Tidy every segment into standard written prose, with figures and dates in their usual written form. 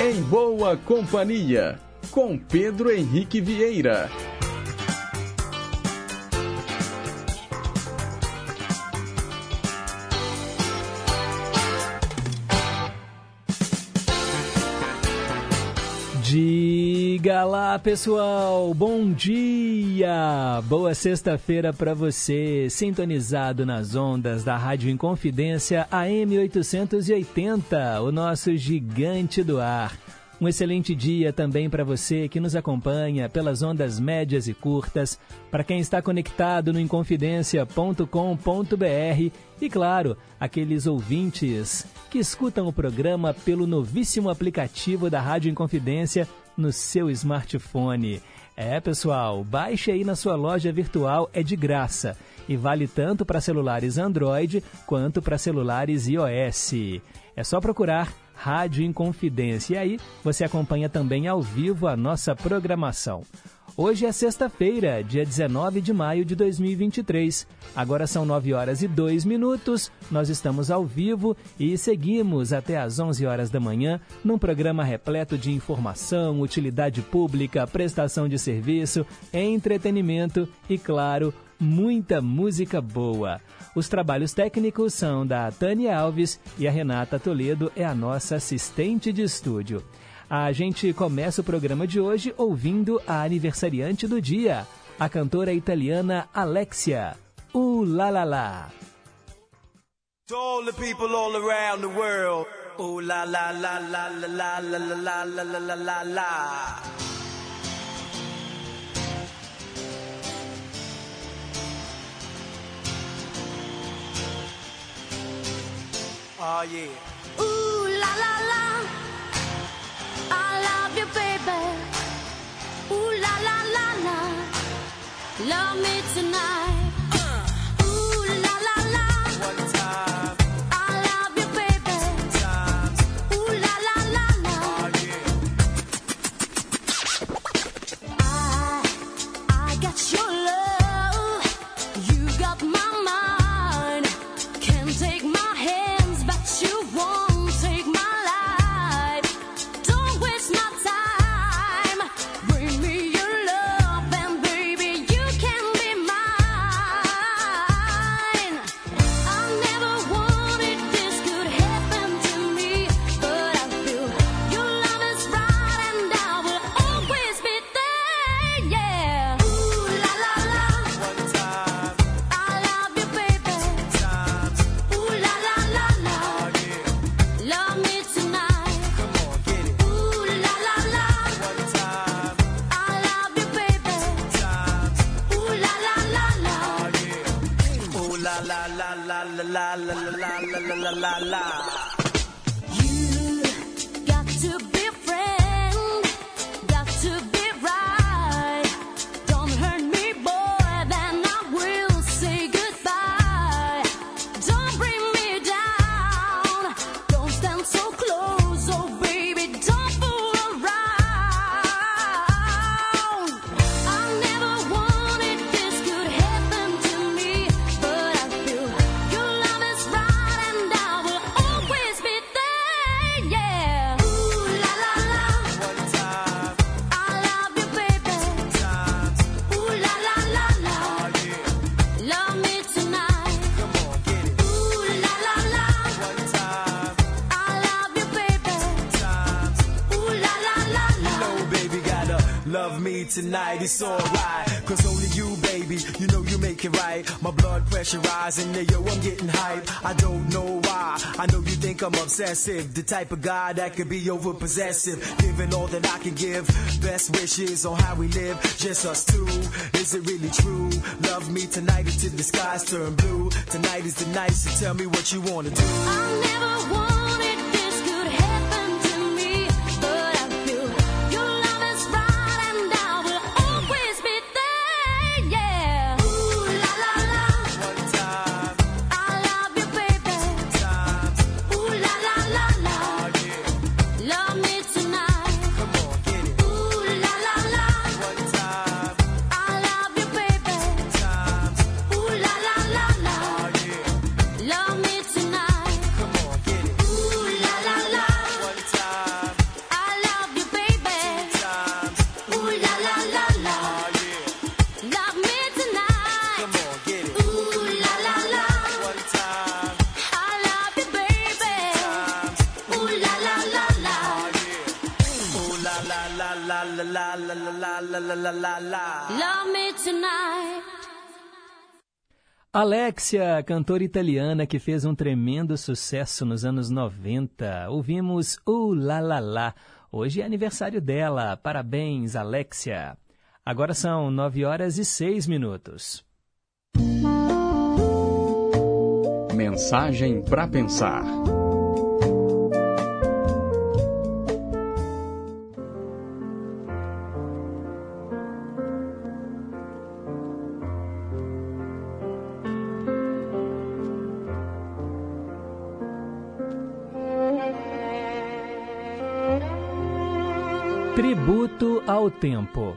Em Boa Companhia, com Pedro Henrique Vieira. Diga lá, pessoal, bom dia! Boa sexta-feira para você, sintonizado nas ondas da Rádio Inconfidência AM 880, o nosso gigante do ar. Um excelente dia também para você que nos acompanha pelas ondas médias e curtas, para quem está conectado no inconfidencia.com.br e, claro, aqueles ouvintes que escutam o programa pelo novíssimo aplicativo da Rádio Inconfidência no seu smartphone. Pessoal, baixe aí na sua loja virtual, é de graça e vale tanto para celulares Android quanto para celulares iOS. É só procurar Rádio Inconfidência e aí você acompanha também ao vivo a nossa programação. Hoje é sexta-feira, dia 19 de maio de 2023. Agora são 9 horas e 2 minutos. Nós estamos ao vivo e seguimos até às 11 horas da manhã num programa repleto de informação, utilidade pública, prestação de serviço, entretenimento e, claro, muita música boa. Os trabalhos técnicos são da Tânia Alves e a Renata Toledo é a nossa assistente de estúdio. A gente começa o programa de hoje ouvindo a aniversariante do dia, a cantora italiana Alexia, La La La. To all the people all around the world, ooh la la la la la la la la la la la la la. Oh yeah. Ooh la la la, I love you, baby. Ooh la la la la, love me tonight. Ooh la la la, One time, I love you, baby. two times, Ooh la la la la, oh yeah. I got your love, you got my mind. Can't take my hands, but you won't take my life. Don't waste my time. Bring me your love, and baby, you can be mine. I never wanted this could happen to me, but I feel your love is right, and I will always be there. Yeah. Ooh la la la, One time, I love you, baby. two times, Ooh la la la la, oh yeah. love me tonight. Come on, get it. Ooh la la la, One time, I love you, baby. two times, Ooh la la la la, oh yeah. Ooh la la la la la la la la la la la la. you got to be a friend, got to be right. Don't hurt me, boy, then I will say goodbye. Don't bring me down, don't stand so close, oh baby, don't fool around. I never wanted this could happen to me, but I feel your love is right, and I will always be there. Yeah. Ooh la la la, One time, I love you, baby. two times, Ooh la la la la, oh yeah. love me tonight. Come on, get it. Ooh la la la, One time, I love you, baby. two times. Ooh la la la la. No, baby, gotta love me tonight, it's alright. Cause only you, baby, you know you make it right. My blood pressure rising, yeah, yo, I'm getting hype. I don't know why, I know you think I'm obsessive. The type of guy that could be over possessive. Giving all that I can give, best wishes on how we live, just us two. Is it really true? Love me tonight until the skies turn blue. Tonight is the night, so tell me what you wanna do. I never wanted this could happen to me, but I feel your love is right, and I will always be there. Yeah. Ooh la la la, One time, I love you, baby. two times, Ooh la la la la, oh yeah. love me tonight. Come on, get it. Ooh la la la, One time, I love you, baby. two times, Ooh la la la la, oh yeah. love me tonight. Come on, get it. la la la. Love me tonight. Alexia, cantora italiana que fez um tremendo sucesso nos anos 90. Ouvimos La La La. Hoje é aniversário dela. Parabéns, Alexia. Agora são 9h06. Mensagem para pensar. Tributo ao tempo.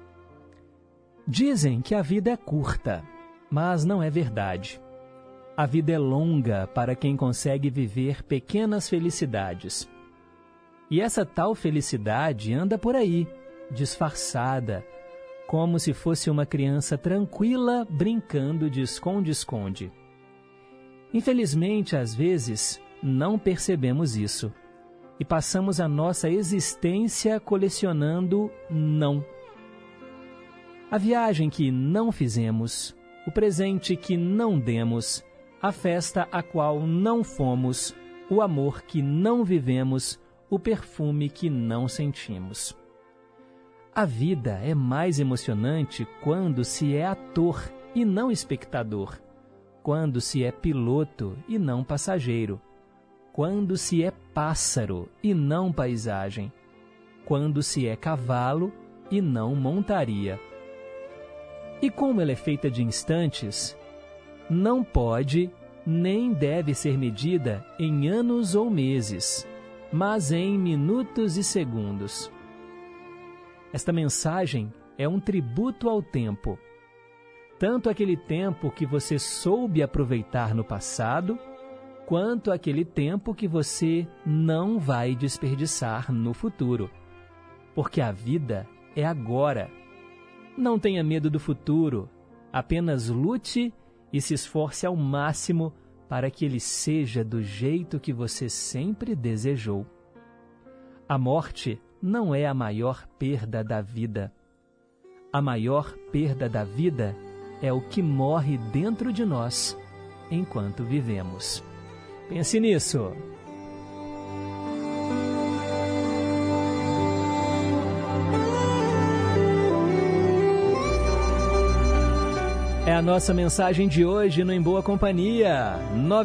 Dizem que a vida é curta, mas não é verdade. A vida é longa para quem consegue viver pequenas felicidades. E essa tal felicidade anda por aí, disfarçada, como se fosse uma criança tranquila brincando de esconde-esconde. Infelizmente, às vezes, não percebemos isso. E passamos a nossa existência colecionando não. A viagem que não fizemos, o presente que não demos, a festa a qual não fomos, o amor que não vivemos, o perfume que não sentimos. A vida é mais emocionante quando se é ator e não espectador, quando se é piloto e não passageiro, quando se é pássaro e não paisagem, quando se é cavalo e não montaria. E como ela é feita de instantes, não pode nem deve ser medida em anos ou meses, mas em minutos e segundos. Esta mensagem é um tributo ao tempo, tanto aquele tempo que você soube aproveitar no passado, quanto aquele tempo que você não vai desperdiçar no futuro. Porque a vida é agora. Não tenha medo do futuro, apenas lute e se esforce ao máximo para que ele seja do jeito que você sempre desejou. A morte não é a maior perda da vida. A maior perda da vida é o que morre dentro de nós enquanto vivemos. Pense nisso. É a nossa mensagem de hoje no Em Boa Companhia.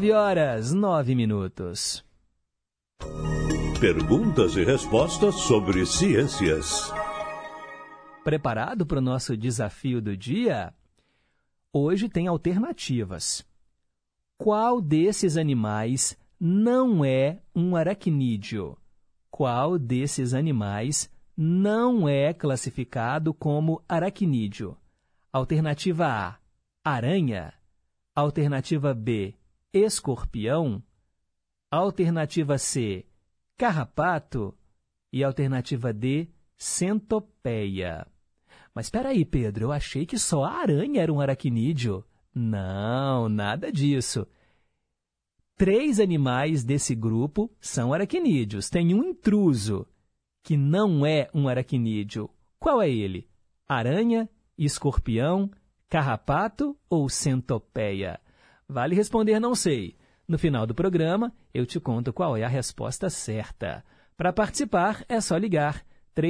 9h09. Perguntas e respostas sobre ciências. Preparado para o nosso desafio do dia? Hoje tem alternativas. Qual desses animais não é um aracnídeo? Qual desses animais não é classificado como aracnídeo? Alternativa A, aranha. Alternativa B, escorpião. Alternativa C, carrapato. E alternativa D, centopeia. Mas espera aí, Pedro, eu achei que só a aranha era um aracnídeo. Não, nada disso. 3 animais desse grupo são aracnídeos. Tem um intruso, que não é um aracnídeo. Qual é ele? Aranha, escorpião, carrapato ou centopeia? Vale responder não sei. No final do programa, eu te conto qual é a resposta certa. Para participar, é só ligar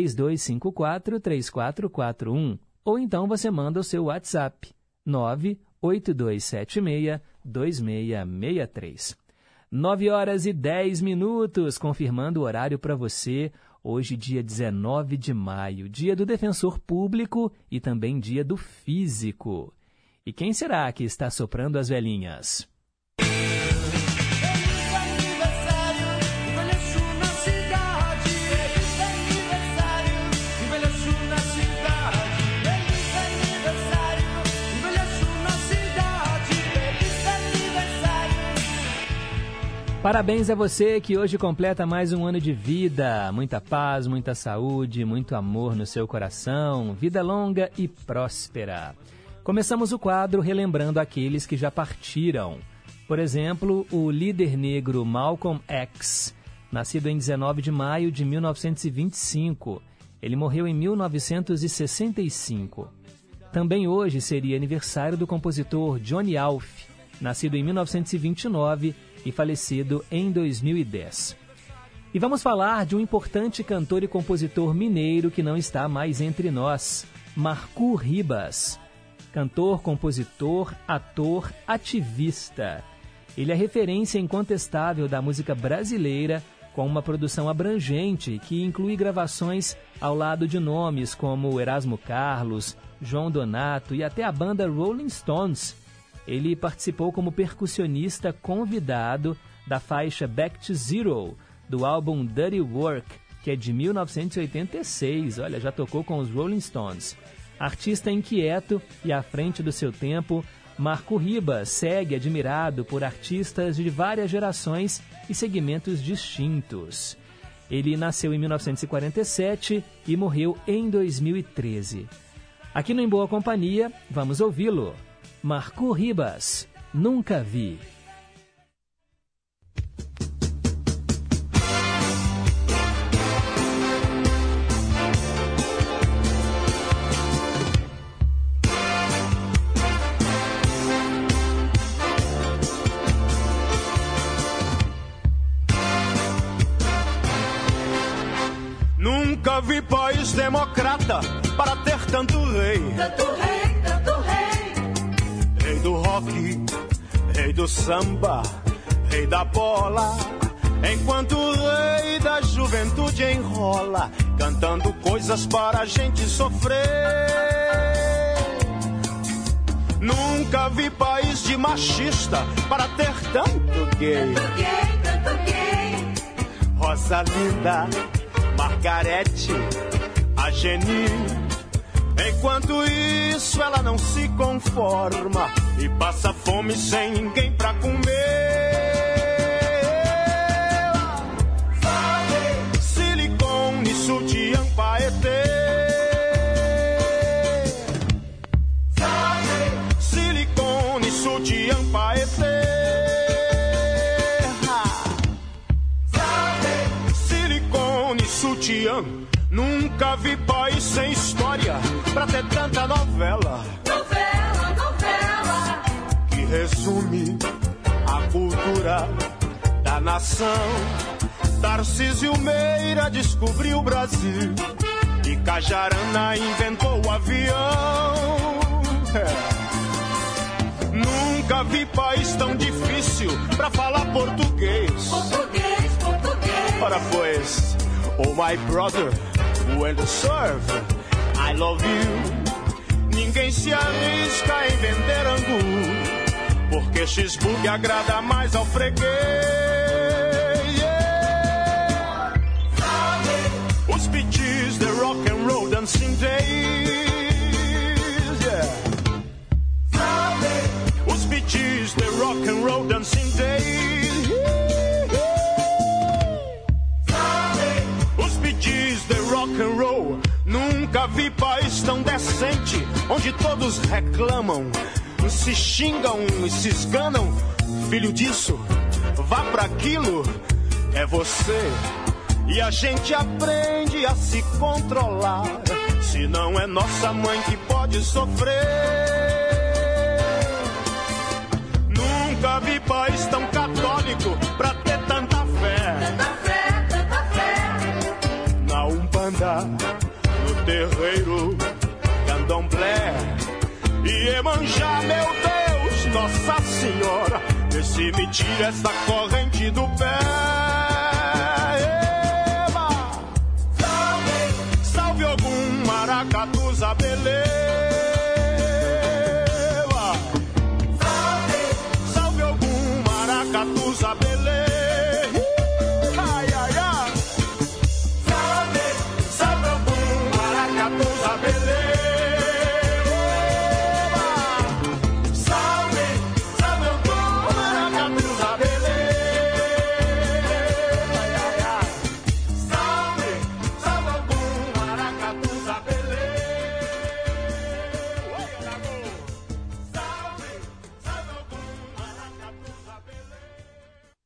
3254-3441 ou então você manda o seu WhatsApp 98276-2663. 9h10, confirmando o horário para você. Hoje, dia 19 de maio, dia do defensor público e também dia do físico. E quem será que está soprando as velhinhas? Parabéns a você que hoje completa mais um ano de vida. Muita paz, muita saúde, muito amor no seu coração, vida longa e próspera. Começamos o quadro relembrando aqueles que já partiram. Por exemplo, o líder negro Malcolm X, nascido em 19 de maio de 1925. Ele morreu em 1965. Também hoje seria aniversário do compositor Johnny Alf, nascido em 1929 e falecido em 2010. E vamos falar de um importante cantor e compositor mineiro que não está mais entre nós, Marcú Ribas. Cantor, compositor, ator, ativista. Ele é referência incontestável da música brasileira, com uma produção abrangente que inclui gravações ao lado de nomes como Erasmo Carlos, João Donato e até a banda Rolling Stones. Ele participou como percussionista convidado da faixa Back to Zero, do álbum Dirty Work, que é de 1986. Olha, já tocou com os Rolling Stones. Artista inquieto e à frente do seu tempo, Marcú Ribas segue admirado por artistas de várias gerações e segmentos distintos. Ele nasceu em 1947 e morreu em 2013. Aqui no Em Boa Companhia, vamos ouvi-lo. Marcú Ribas, Nunca Vi. Nunca vi país democrata para ter tanto rei. Tanto rei, tanto rei. Rei do rock, rei do samba, rei da bola. Enquanto o rei da juventude enrola, cantando coisas para a gente sofrer. Nunca vi país de machista para ter tanto gay. Tanto gay, tanto gay. Rosa linda, Margarete, a Geni. Enquanto isso ela não se conforma e passa fome sem ninguém pra comer. Silicone, sutiã, paetê. Silicone, sutiã, paetê. Sutiã. Nunca vi país sem história pra ter tanta novela. Novela, novela. Que resume a cultura da nação. Tarcísio Meira descobriu o Brasil e Cajarana inventou o avião. Nunca vi país tão difícil pra falar português. Português, português. Ora pois, oh my brother, when to serve, I love you. Ninguém se arrisca em vender angu, porque cheeseburger agrada mais ao freguês. Yeah. Os beaches, the rock and roll dancing days. Yeah. Os beaches, the rock and roll dancing days. Diz the rock and roll. Nunca vi país tão decente, onde todos reclamam, se xingam e se esganam. Filho disso, vá pra aquilo, é você. E a gente aprende a se controlar, se não é nossa mãe que pode sofrer. Nunca vi país tão católico pra ter tanta fé. Tanta fé, tanta fé. Na Umbanda, no terreiro, Candomblé e Iemanjá, meu Deus, Nossa Senhora, vê se me tira essa corrente do pé. Eba! Salve, salve algum maracatu zabelê. Salve, salve algum maracatu zabelê.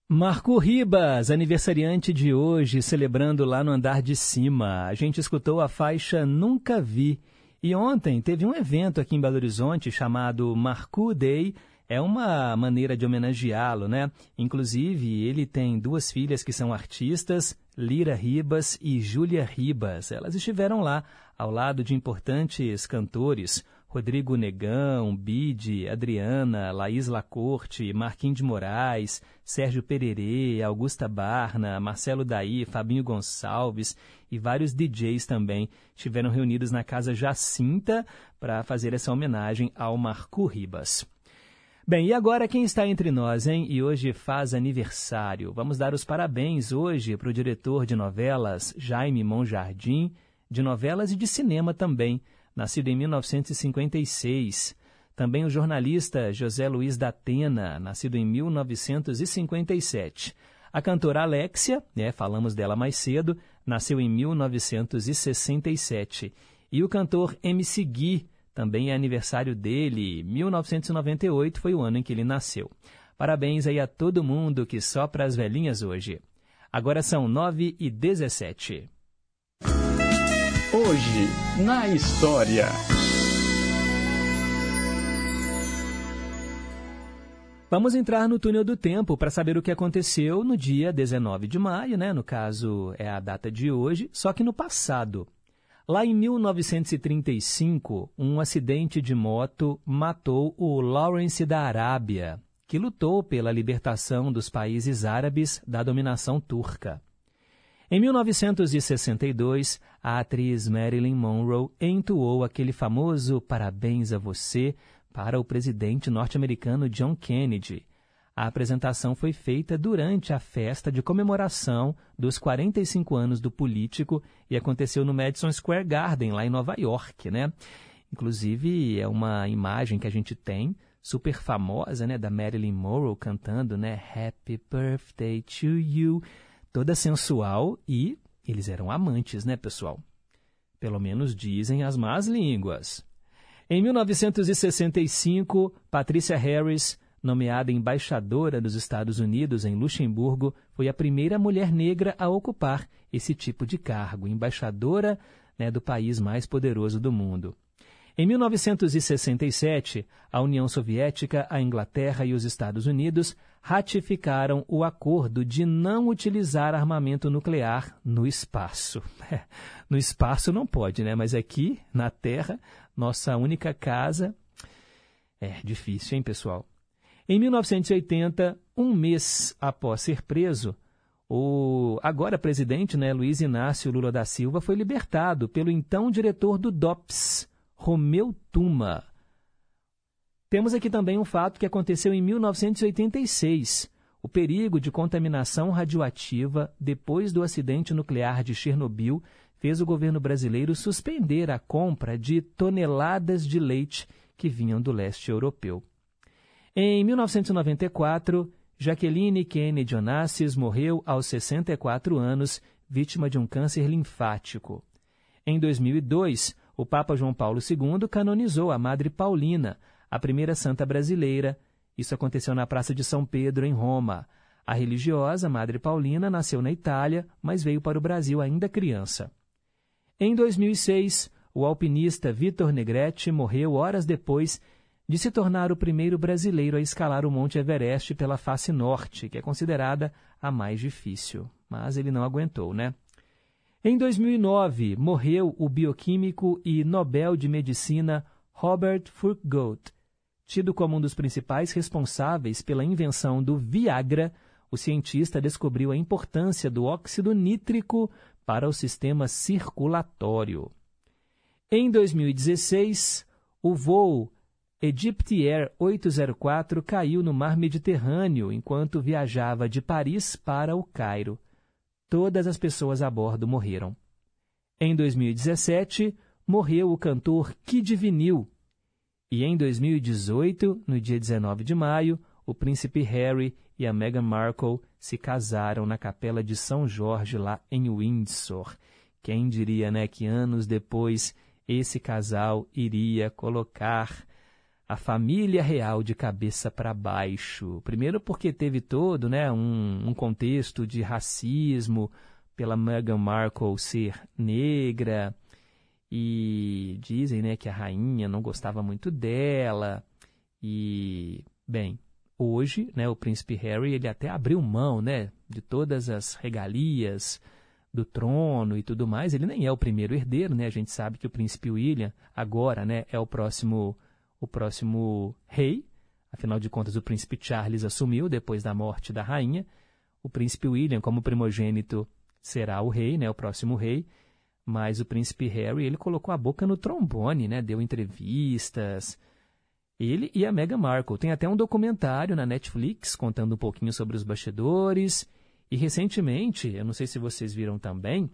Marco Ribas, aniversariante de hoje, celebrando lá no andar de cima. A gente escutou a faixa Nunca Vi. E ontem teve um evento aqui em Belo Horizonte chamado Marco Day. É uma maneira de homenageá-lo, né? Inclusive, ele tem 2 filhas que são artistas, Lira Ribas e Júlia Ribas. Elas estiveram lá ao lado de importantes cantores, Rodrigo Negão, Bide, Adriana, Laís Lacorte, Marquinhos de Moraes, Sérgio Pererê, Augusta Barna, Marcelo Daí, Fabinho Gonçalves e vários DJs também estiveram reunidos na Casa Jacinta para fazer essa homenagem ao Marco Ribas. Bem, e agora quem está entre nós, hein? E hoje faz aniversário. Vamos dar os parabéns hoje para o diretor de novelas Jaime Monjardim, de novelas e de cinema também, nascido em 1956. Também o jornalista José Luiz da Atena, nascido em 1957. A cantora Alexia, falamos dela mais cedo, nasceu em 1967. E o cantor MC Gui, também é aniversário dele, 1998 foi o ano em que ele nasceu. Parabéns aí a todo mundo que sopra as velhinhas hoje. Agora são 9h17. Hoje, na história. Vamos entrar no túnel do tempo para saber o que aconteceu no dia 19 de maio, né? No caso, é a data de hoje, só que no passado. Lá em 1935, um acidente de moto matou o Lawrence da Arábia, que lutou pela libertação dos países árabes da dominação turca. Em 1962, a atriz Marilyn Monroe entoou aquele famoso Parabéns a Você para o presidente norte-americano John Kennedy. A apresentação foi feita durante a festa de comemoração dos 45 anos do político e aconteceu no Madison Square Garden, lá em Nova York, né? Inclusive, é uma imagem que a gente tem, super famosa, né, da Marilyn Monroe cantando, né, Happy Birthday to You, toda sensual, e eles eram amantes, né, pessoal? Pelo menos dizem as más línguas. Em 1965, Patricia Harris, nomeada embaixadora dos Estados Unidos em Luxemburgo, foi a primeira mulher negra a ocupar esse tipo de cargo, embaixadora, né, do país mais poderoso do mundo. Em 1967, a União Soviética, a Inglaterra e os Estados Unidos ratificaram o acordo de não utilizar armamento nuclear no espaço. No espaço não pode, né? Mas aqui, na Terra, nossa única casa, é difícil, hein, pessoal? Em 1980, um mês após ser preso, o agora presidente, né, Luiz Inácio Lula da Silva, foi libertado pelo então diretor do DOPS, Romeu Tuma. Temos aqui também um fato que aconteceu em 1986. O perigo de contaminação radioativa depois do acidente nuclear de Chernobyl fez o governo brasileiro suspender a compra de toneladas de leite que vinham do leste europeu. Em 1994, Jaqueline Kennedy Onassis morreu aos 64 anos, vítima de um câncer linfático. Em 2002, o Papa João Paulo II canonizou a Madre Paulina, a primeira santa brasileira. Isso aconteceu na Praça de São Pedro, em Roma. A religiosa Madre Paulina nasceu na Itália, mas veio para o Brasil ainda criança. Em 2006, o alpinista Vitor Negretti morreu horas depois de se tornar o primeiro brasileiro a escalar o Monte Everest pela face norte, que é considerada a mais difícil. Mas ele não aguentou, né? Em 2009, morreu o bioquímico e Nobel de Medicina Robert Furgold. Tido como um dos principais responsáveis pela invenção do Viagra, o cientista descobriu a importância do óxido nítrico para o sistema circulatório. Em 2016, o voo Egyptair 804 caiu no mar Mediterrâneo enquanto viajava de Paris para o Cairo. Todas as pessoas a bordo morreram. Em 2017, morreu o cantor Kid Vinil. E em 2018, no dia 19 de maio, o príncipe Harry e a Meghan Markle se casaram na Capela de São Jorge, lá em Windsor. Quem diria, né, que anos depois esse casal iria colocar a família real de cabeça para baixo. Primeiro porque teve todo, né, um contexto de racismo pela Meghan Markle ser negra, e dizem, né, que a rainha não gostava muito dela. E, bem, hoje, né, o príncipe Harry, ele até abriu mão, né, de todas as regalias do trono e tudo mais. Ele nem é o primeiro herdeiro, né? A gente sabe que o príncipe William agora, né, é o próximo rei. Afinal de contas, o príncipe Charles assumiu depois da morte da rainha. O príncipe William, como primogênito, será o rei, né, o próximo rei. Mas o príncipe Harry, ele colocou a boca no trombone, né, deu entrevistas. Ele e a Meghan Markle. Tem até um documentário na Netflix contando um pouquinho sobre os bastidores. E recentemente, eu não sei se vocês viram também,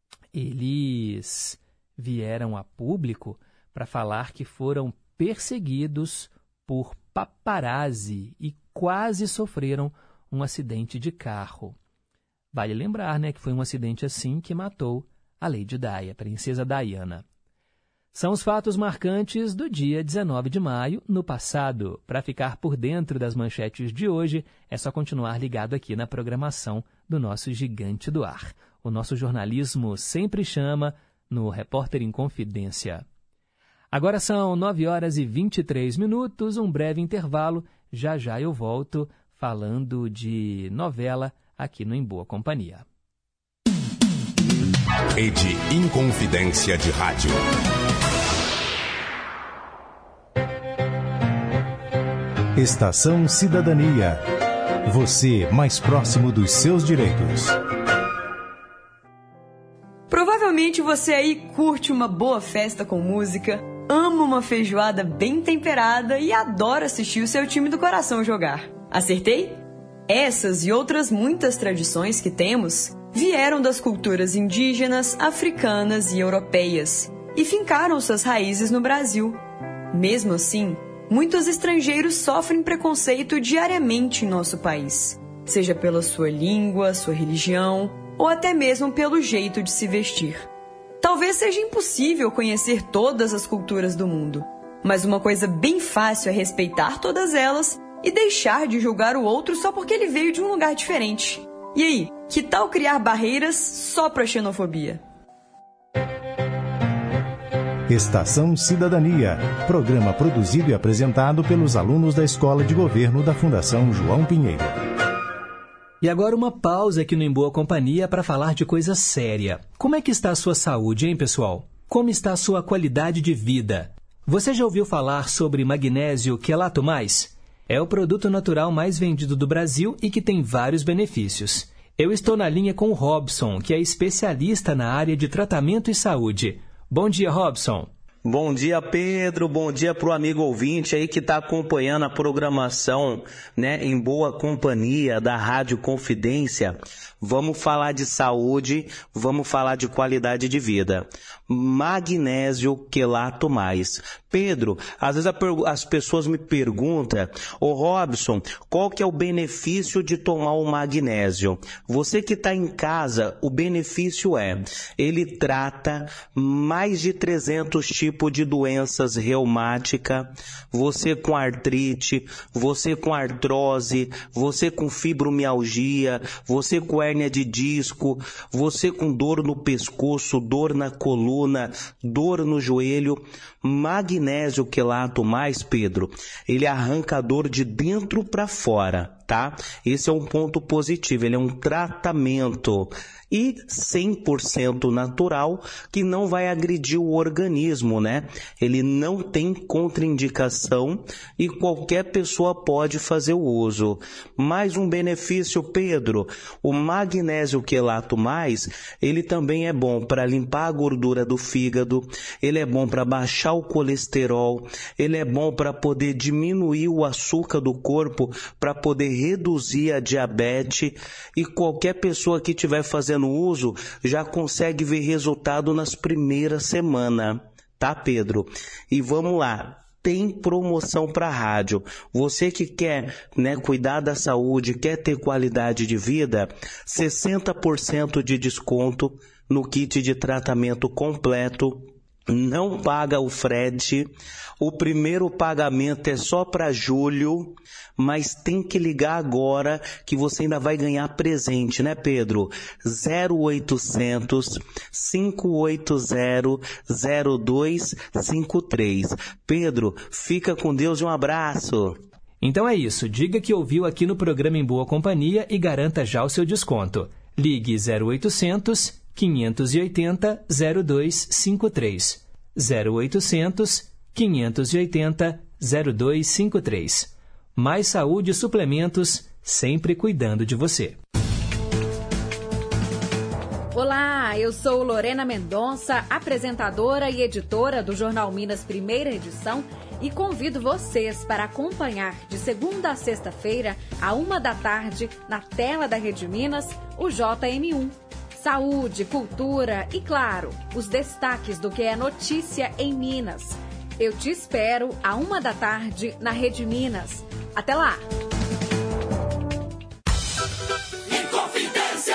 eles vieram a público para falar que foram perseguidos por paparazzi e quase sofreram um acidente de carro. Vale lembrar, né, que foi um acidente assim que matou a Lady Di, a princesa Diana. São os fatos marcantes do dia 19 de maio, no passado. Para ficar por dentro das manchetes de hoje, é só continuar ligado aqui na programação do nosso Gigante do Ar. O nosso jornalismo sempre chama no Repórter em Confidência. Agora são 9h23, um breve intervalo. Já já eu volto falando de novela aqui no Em Boa Companhia. Rede Inconfidência de Rádio. Estação Cidadania. Você mais próximo dos seus direitos. Provavelmente você aí curte uma boa festa com música, ama uma feijoada bem temperada e adora assistir o seu time do coração jogar. Acertei? Essas e outras muitas tradições que temos vieram das culturas indígenas, africanas e europeias e fincaram suas raízes no Brasil. Mesmo assim, muitos estrangeiros sofrem preconceito diariamente em nosso país, seja pela sua língua, sua religião ou até mesmo pelo jeito de se vestir. Talvez seja impossível conhecer todas as culturas do mundo, mas uma coisa bem fácil é respeitar todas elas e deixar de julgar o outro só porque ele veio de um lugar diferente. E aí, que tal criar barreiras só para a xenofobia? Estação Cidadania, programa produzido e apresentado pelos alunos da Escola de Governo da Fundação João Pinheiro. E agora uma pausa aqui no Em Boa Companhia para falar de coisa séria. Como é que está a sua saúde, hein, pessoal? Como está a sua qualidade de vida? Você já ouviu falar sobre magnésio quelato mais? É o produto natural mais vendido do Brasil e que tem vários benefícios. Eu estou na linha com o Robson, que é especialista na área de tratamento e saúde. Bom dia, Robson. Bom dia, Pedro. Bom dia para o amigo ouvinte aí que está acompanhando a programação, né, Em Boa Companhia da Rádio Confidência. Vamos falar de saúde, vamos falar de qualidade de vida. Magnésio quelato mais. Pedro, às vezes as pessoas me perguntam, ô Robson, qual que é o benefício de tomar o magnésio? Você que está em casa, o benefício ele trata mais de 300 tipos de doenças reumáticas, você com artrite, você com artrose, você com fibromialgia, você com hérnia de disco, você com dor no pescoço, dor na coluna, dor no joelho. Magnésio quelato mais, Pedro, ele arranca a dor de dentro para fora, tá? Esse é um ponto positivo, ele é um tratamento e 100% natural que não vai agredir o organismo, né? Ele não tem contraindicação e qualquer pessoa pode fazer o uso. Mais um benefício, Pedro, o magnésio quelato mais, ele também é bom para limpar a gordura do fígado, ele é bom para baixar o colesterol, ele é bom para poder diminuir o açúcar do corpo, para poder reduzir a diabetes, e qualquer pessoa que estiver fazendo uso já consegue ver resultado nas primeiras semanas, tá, Pedro? E vamos lá, tem promoção para a rádio. Você que quer, né, cuidar da saúde, quer ter qualidade de vida, 60% de desconto no kit de tratamento completo não paga o frete, o primeiro pagamento é só para julho, mas tem que ligar agora que você ainda vai ganhar presente, né, Pedro? 0800 580 0253. Pedro, fica com Deus e um abraço. Então é isso, diga que ouviu aqui no programa Em Boa Companhia e garanta já o seu desconto. Ligue 0800 580 0253. 0800 580 0253. Mais saúde e suplementos, sempre cuidando de você. Olá, eu sou Lorena Mendonça, apresentadora e editora do Jornal Minas Primeira Edição, e convido vocês para acompanhar de segunda a sexta-feira, à 13h, na tela da Rede Minas, o JM1. Saúde, cultura e, claro, os destaques do que é notícia em Minas. Eu te espero à 13h na Rede Minas. Até lá! Inconfidência!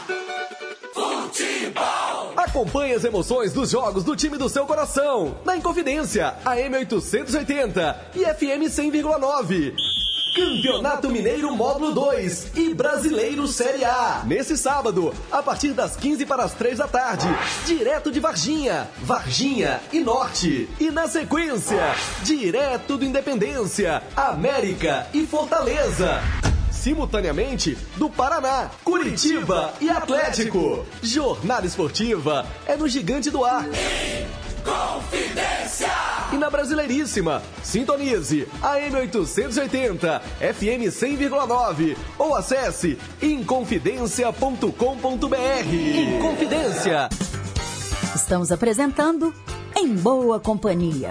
Futebol! Acompanhe as emoções dos jogos do time do seu coração. Na Inconfidência, AM 880 e FM 100,9. Campeonato Mineiro Módulo 2 e Brasileiro Série A. Nesse sábado, a partir das 15 para as 3 da tarde, direto de Varginha, Varginha e Norte. E na sequência, direto do Independência, América e Fortaleza. Simultaneamente, do Paraná, Curitiba e Atlético. Jornada esportiva é no Gigante do Ar. Confidência! E na Brasileiríssima, sintonize AM 880, FM 100,9 ou acesse inconfidencia.com.br. Inconfidência! Estamos apresentando Em Boa Companhia.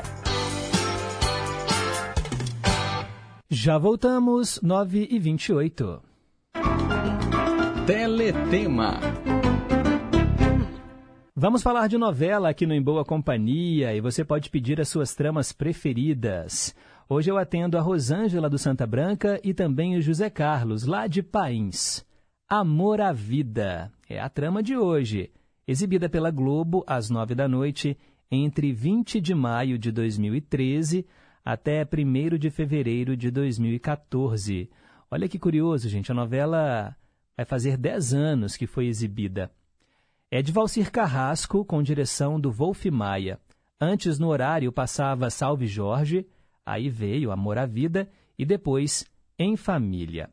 Já voltamos, 9h28. Teletema. Vamos falar de novela aqui no Em Boa Companhia e você pode pedir as suas tramas preferidas. Hoje eu atendo a Rosângela do Santa Branca e também o José Carlos, lá de Pains. Amor à Vida é a trama de hoje, exibida pela Globo às 9h, entre 20 de maio de 2013 até 1º de fevereiro de 2014. Olha que curioso, gente, a novela vai fazer 10 anos que foi exibida. É de Valcir Carrasco, com direção do Wolf Maia. Antes, no horário, passava Salve Jorge, aí veio Amor à Vida e depois Em Família.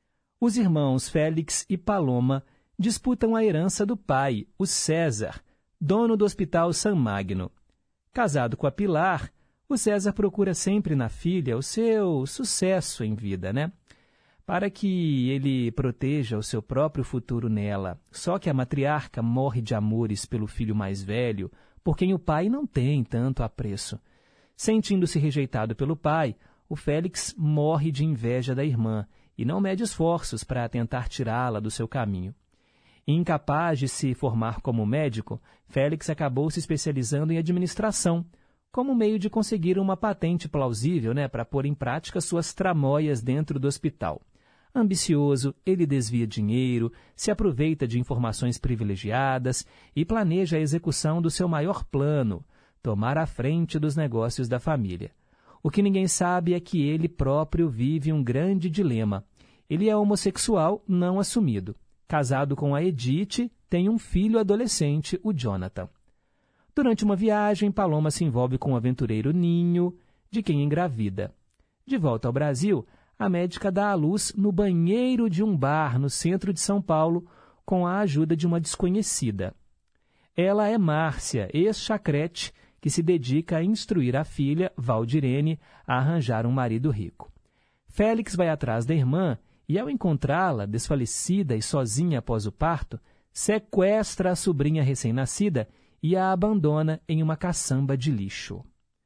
Os irmãos Félix e Paloma disputam a herança do pai, o César, dono do Hospital San Magno. Casado com a Pilar, o César procura sempre na filha o seu sucesso em vida, né? Para que ele proteja o seu próprio futuro nela. Só que a matriarca morre de amores pelo filho mais velho, por quem o pai não tem tanto apreço. Sentindo-se rejeitado pelo pai, o Félix morre de inveja da irmã e não mede esforços para tentar tirá-la do seu caminho. Incapaz de se formar como médico, Félix acabou se especializando em administração, como meio de conseguir uma patente plausível, para pôr em prática suas tramóias dentro do hospital. Ambicioso, ele desvia dinheiro, se aproveita de informações privilegiadas e planeja a execução do seu maior plano, tomar a frente dos negócios da família. O que ninguém sabe é que ele próprio vive um grande dilema. Ele é homossexual não assumido. Casado com a Edith, tem um filho adolescente, o Jonathan. Durante uma viagem, Paloma se envolve com o aventureiro Ninho, de quem engravida. De volta ao Brasil, a médica dá à luz no banheiro de um bar no centro de São Paulo, com a ajuda de uma desconhecida. Ela é Márcia, ex-chacrete, que se dedica a instruir a filha, Valdirene, a arranjar um marido rico. Félix vai atrás da irmã e, ao encontrá-la, desfalecida e sozinha após o parto, sequestra a sobrinha recém-nascida e a abandona em uma caçamba de lixo.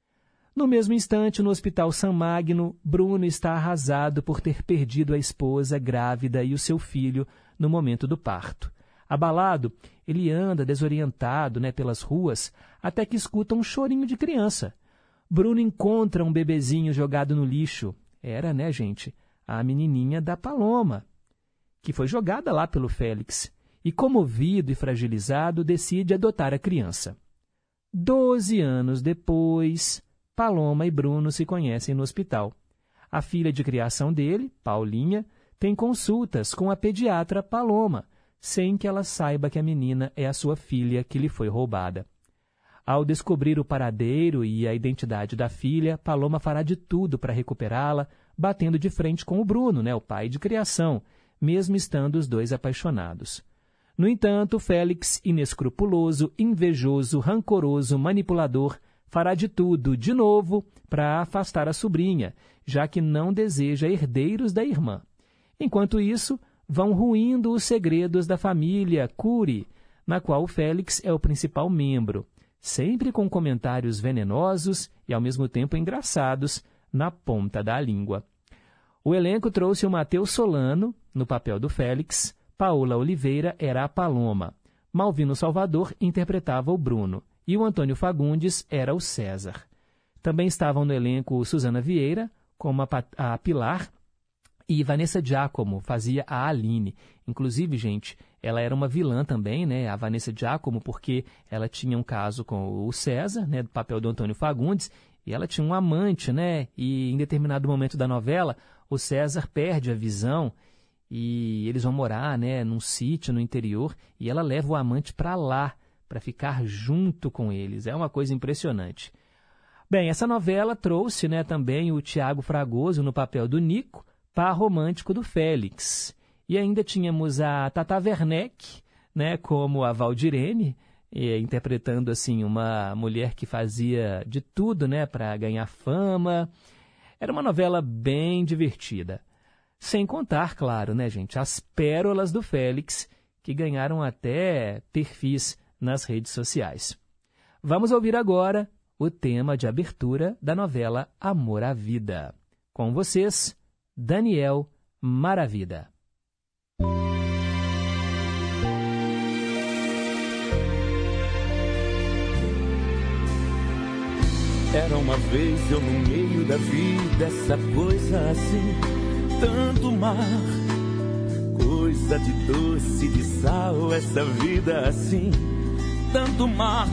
No mesmo instante, no Hospital San Magno, Bruno está arrasado por ter perdido a esposa grávida e o seu filho no momento do parto. Abalado, ele anda desorientado pelas ruas até que escuta um chorinho de criança. Bruno encontra um bebezinho jogado no lixo. Era, gente, a menininha da Paloma, que foi jogada lá pelo Félix. E, comovido e fragilizado, decide adotar a criança. 12 anos depois, Paloma e Bruno se conhecem no hospital. A filha de criação dele, Paulinha, tem consultas com a pediatra Paloma, sem que ela saiba que a menina é a sua filha que lhe foi roubada. Ao descobrir o paradeiro e a identidade da filha, Paloma fará de tudo para recuperá-la, batendo de frente com o Bruno, o pai de criação, mesmo estando os dois apaixonados. No entanto, Félix, inescrupuloso, invejoso, rancoroso, manipulador, fará de tudo, de novo, para afastar a sobrinha, já que não deseja herdeiros da irmã. Enquanto isso, vão ruindo os segredos da família Cury, na qual o Félix é o principal membro, sempre com comentários venenosos e, ao mesmo tempo, engraçados na ponta da língua. O elenco trouxe o Matheus Solano, no papel do Félix, Paola Oliveira era a Paloma, Malvino Salvador interpretava o Bruno e o Antônio Fagundes era o César. Também estavam no elenco Suzana Vieira, como a Pilar, e Vanessa Giacomo fazia a Aline. Inclusive, gente, ela era uma vilã também, a Vanessa Giacomo, porque ela tinha um caso com o César, do papel do Antônio Fagundes, e ela tinha um amante, e em determinado momento da novela, o César perde a visão e eles vão morar, num sítio no interior, e ela leva o amante para lá, para ficar junto com eles. É uma coisa impressionante. Bem, essa novela trouxe também o Tiago Fragoso no papel do Nico, par romântico do Félix. E ainda tínhamos a Tata Werneck, como a Valdirene, interpretando assim uma mulher que fazia de tudo para ganhar fama. Era uma novela bem divertida. Sem contar, claro, gente, as pérolas do Félix, que ganharam até perfis nas redes sociais. Vamos ouvir agora o tema de abertura da novela Amor à Vida. Com vocês, Daniel Maravida. Era uma vez eu no meio da vida, essa coisa assim, tanto mar, coisa de doce, de sal, essa vida assim, tanto mar,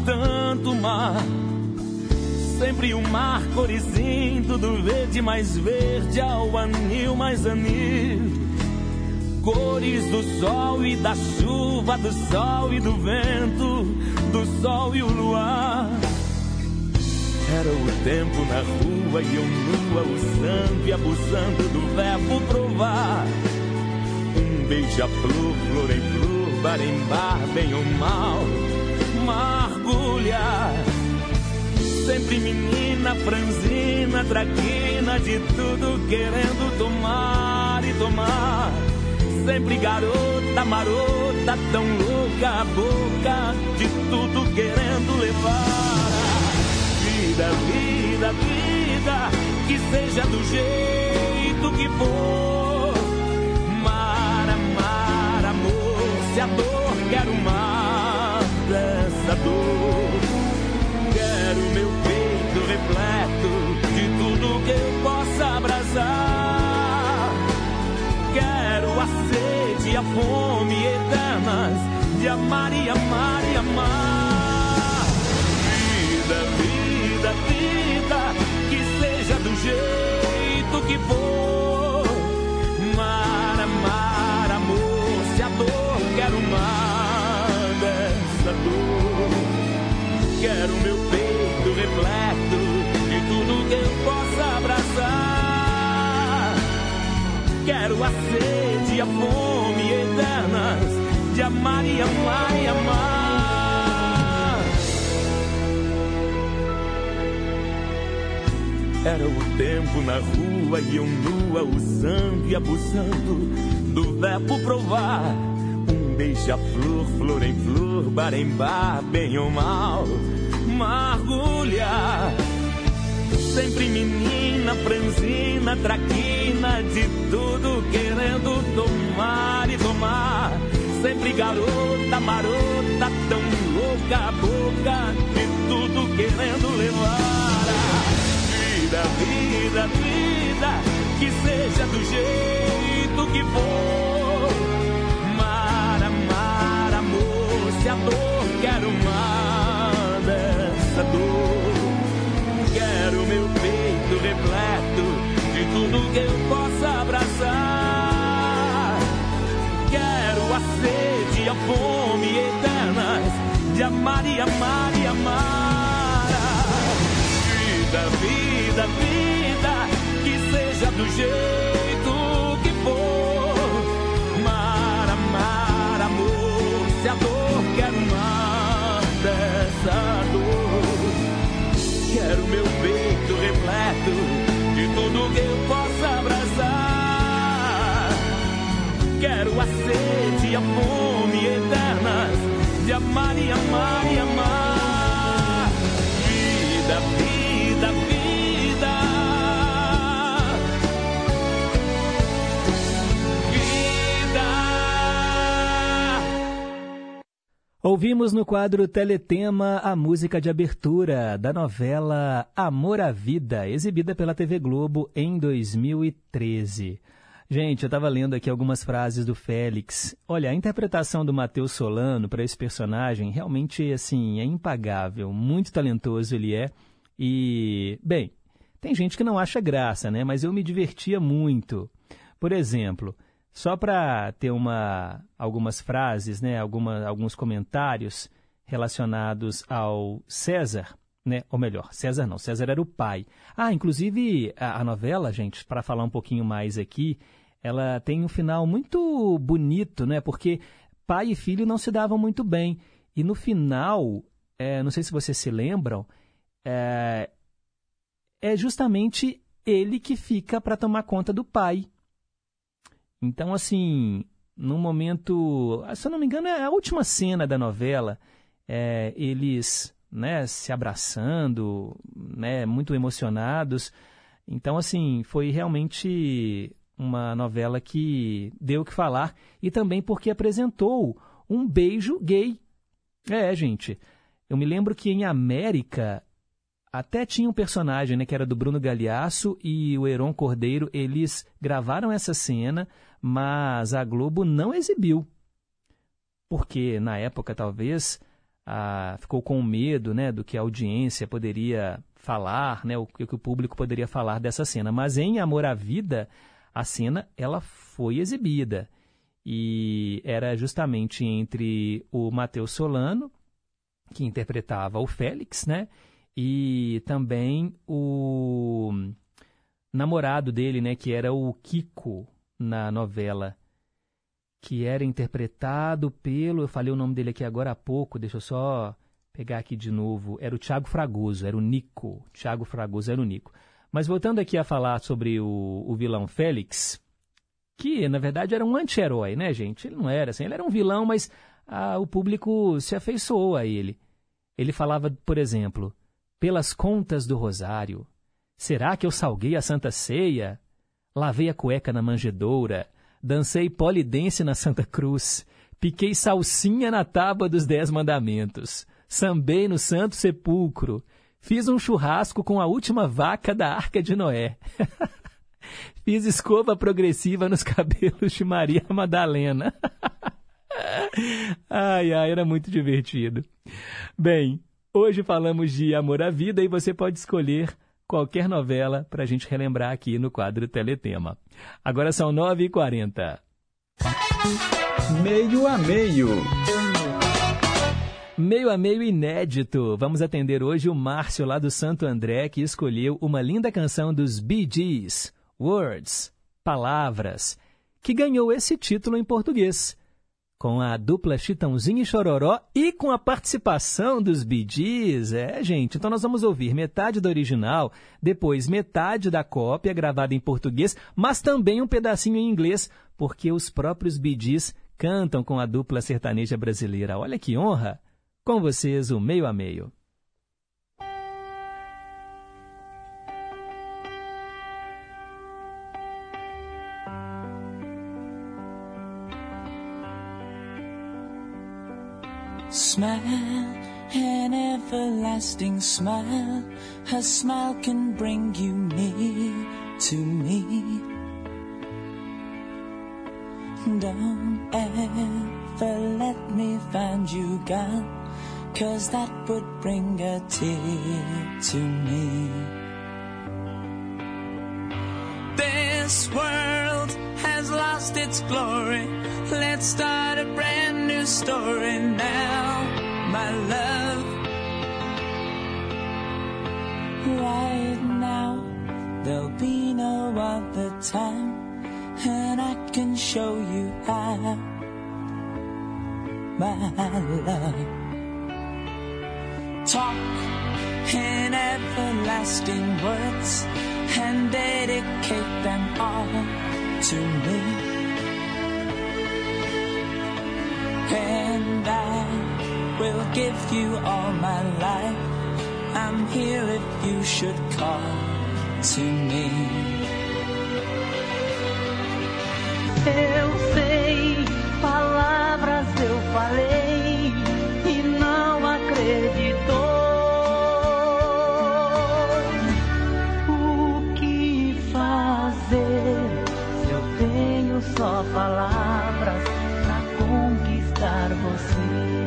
sempre o mar corizindo, do verde mais verde ao anil mais anil, cores do sol e da chuva, do sol e do vento, do sol e o luar. Era o tempo na rua e eu nua, usando e abusando do verbo provar. Um beija-flor, flor em flor, bar em bar, bem ou mal, mergulhar. Sempre menina, franzina, traquina, de tudo querendo tomar e tomar. Sempre garota, marota, tão louca a boca, de tudo querendo levar. Vida, vida, vida, que seja do jeito que for. Mar, amar, amor, se a dor quer o mar dessa dor. Quero meu peito repleto de tudo que eu possa abrasar. Quero a sede e a fome eternas de amar e amar e amar. Vida, vida, vida, que seja do jeito que for. Mar, amar, amor, se a dor quer o mar dessa dor. Quero meu peito repleto de tudo que eu possa abraçar. Quero a sede e a fome eternas de amar e amar e amar. Era o tempo na rua e eu nua, usando e abusando do verbo provar. Um beija-flor, flor em flor, bar em bar, bem ou mal, mergulhar. Sempre menina, franzina, traquina, de tudo querendo tomar e tomar. Sempre garota, marota, tão louca a boca, de tudo querendo levar. Vida, vida, vida, que seja do jeito que for. Mar, amar, amor, se a dor quer o mar dessa repleto de tudo que eu possa abraçar. Quero a sede e a fome eternas de amar e amar e amar. Vida, vida, vida, que seja do jeito que for. Mar, amar, amor, se a dor quer mar dessa dor. Quero meu peito repleto de tudo que eu possa abraçar. Quero a sede e a fome eternas de amar e amar e amar. Vida, vida, vida. Vida. Ouvimos no quadro Teletema a música de abertura da novela Amor à Vida, exibida pela TV Globo em 2013. Gente, eu estava lendo aqui algumas frases do Félix. Olha, a interpretação do Matheus Solano para esse personagem realmente, assim, é impagável. Muito talentoso ele é. E, bem, tem gente que não acha graça, né? Mas eu me divertia muito. Por exemplo, só para ter algumas frases, né? Alguns comentários relacionados ao César, né? Ou melhor, César não, César era o pai. Inclusive, a novela, gente, para falar um pouquinho mais aqui, ela tem um final muito bonito, né? Porque pai e filho não se davam muito bem. E no final, não sei se vocês se lembram, é justamente ele que fica para tomar conta do pai. Então, assim, num momento, se eu não me engano, é a última cena da novela, eles, né, se abraçando, né, muito emocionados. Então, assim, foi realmente uma novela que deu o que falar e também porque apresentou um beijo gay. Gente, eu me lembro que em América até tinha um personagem, né, que era do Bruno Galhaço e o Heron Cordeiro. Eles gravaram essa cena, mas a Globo não exibiu. Porque na época talvez ficou com medo, né, do que a audiência poderia falar, né, o que o público poderia falar dessa cena. Mas em Amor à Vida, a cena ela foi exibida. E era justamente entre o Matheus Solano, que interpretava o Félix, né, e também o namorado dele, né, que era o Kiko na novela, que era interpretado pelo... Eu falei o nome dele aqui agora há pouco, deixa eu só pegar aqui de novo. Era o Thiago Fragoso, era o Nico. Thiago Fragoso era o Nico. Mas voltando aqui a falar sobre o vilão Félix, que na verdade era um anti-herói, né, gente? Ele não era assim, ele era um vilão, mas o público se afeiçoou a ele. Ele falava, por exemplo, pelas contas do rosário, será que eu salguei a Santa Ceia? Lavei a cueca na manjedoura, dancei polidense na Santa Cruz, piquei salsinha na tábua dos 10 mandamentos, sambei no Santo Sepulcro, fiz um churrasco com a última vaca da Arca de Noé. Fiz escova progressiva nos cabelos de Maria Madalena. Era muito divertido. Bem, hoje falamos de Amor à Vida e você pode escolher qualquer novela para a gente relembrar aqui no quadro Teletema. Agora são 9h40. Meio a meio. Meio a meio inédito. Vamos atender hoje o Márcio lá do Santo André, que escolheu uma linda canção dos Bee Gees, Words, Palavras, que ganhou esse título em português, com a dupla Chitãozinho e Chororó e com a participação dos Bee Gees. Gente, então nós vamos ouvir metade do original, depois metade da cópia gravada em português, mas também um pedacinho em inglês, porque os próprios Bee Gees cantam com a dupla sertaneja brasileira. Olha que honra! Com vocês, o Meio a Meio. Smile, an everlasting smile. Her smile can bring you near to me. Don't ever let me find you gone, 'cause that would bring a tear to me. This world has lost its glory. Let's start a brand new story now, my love. Right now, there'll be no other time, and I can show you how, my love. Talk in everlasting words and dedicate them all to me, and I will give you all my life. I'm here if you should call to me. Eu sei, palavras eu falei e não acreditou. O que fazer se eu tenho só palavras pra conquistar você?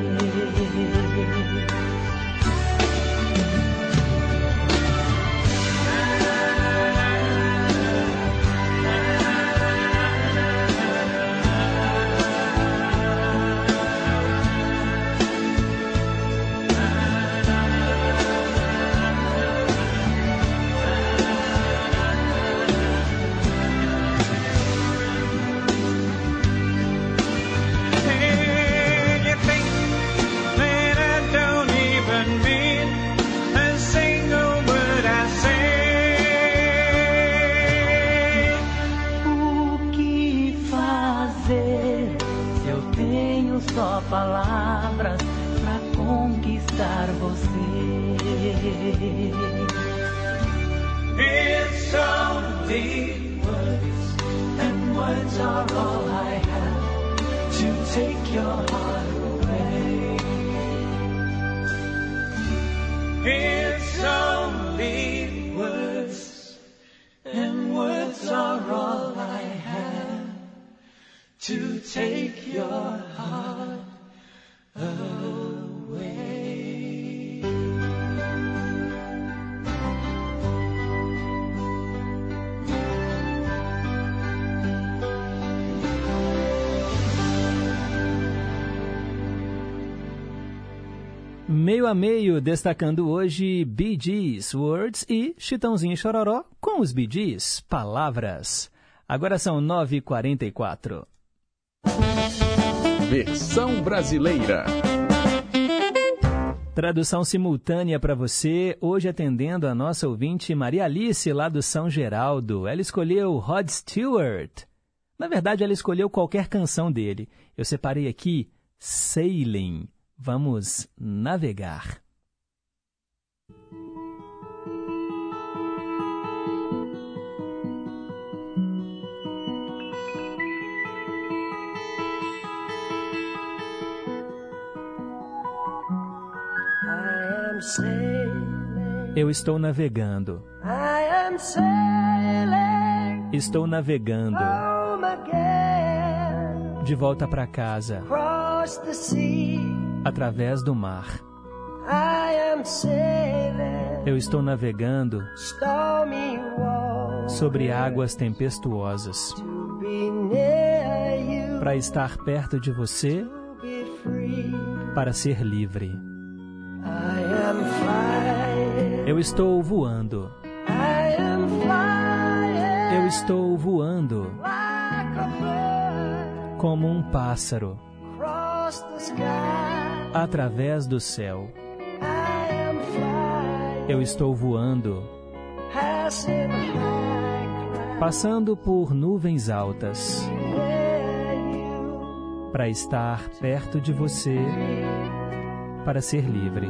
Só palavras pra conquistar você. It's only words, and words are all I have to take your heart away. It's only words, and words are all I have to take your heart away. Meio a meio, destacando hoje Bee Gees, Words e Chitãozinho e Chororó com os Bee Gees, Palavras. Agora são 9h44. Versão brasileira. Tradução simultânea para você, hoje atendendo a nossa ouvinte Maria Alice, lá do São Geraldo. Ela escolheu Rod Stewart. Na verdade, ela escolheu qualquer canção dele. Eu separei aqui Sailing. Vamos navegar. Eu estou navegando. Estou navegando. De volta para casa. Através do mar. Eu estou navegando sobre águas tempestuosas. Para estar perto de você, para ser livre. Eu estou voando. Eu estou voando como um pássaro através do céu. Eu estou voando, passando por nuvens altas, para estar perto de você, para ser livre.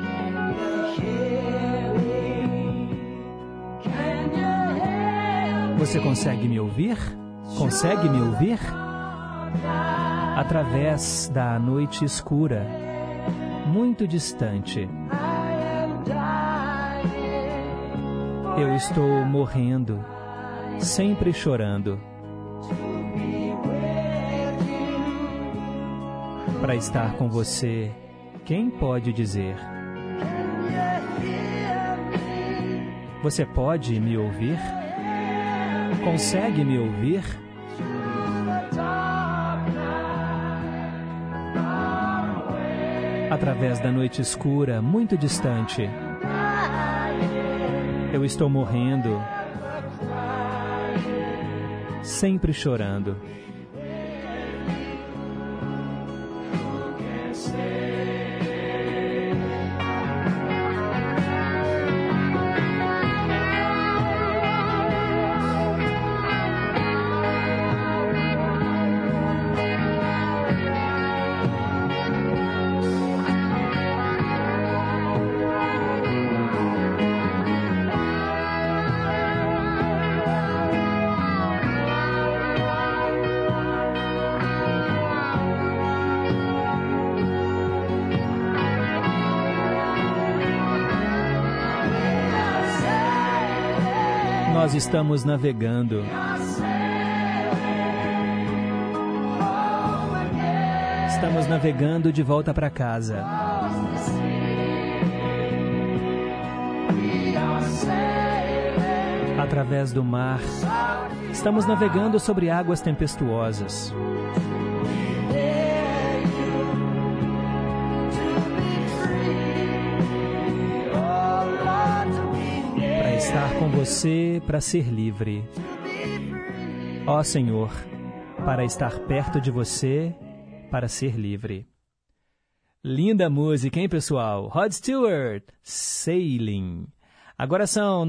Você consegue me ouvir? Consegue me ouvir? Através da noite escura, muito distante. Eu estou morrendo, sempre chorando. Para estar com você, quem pode dizer? Você pode me ouvir? Consegue me ouvir? Através da noite escura, muito distante, eu estou morrendo, sempre chorando. Nós estamos navegando. Estamos navegando de volta para casa. Através do mar. Estamos navegando sobre águas tempestuosas. Estar com você para ser livre. Ó Senhor, para estar perto de você, para ser livre. Linda música, hein, pessoal? Rod Stewart, Sailing. Agora são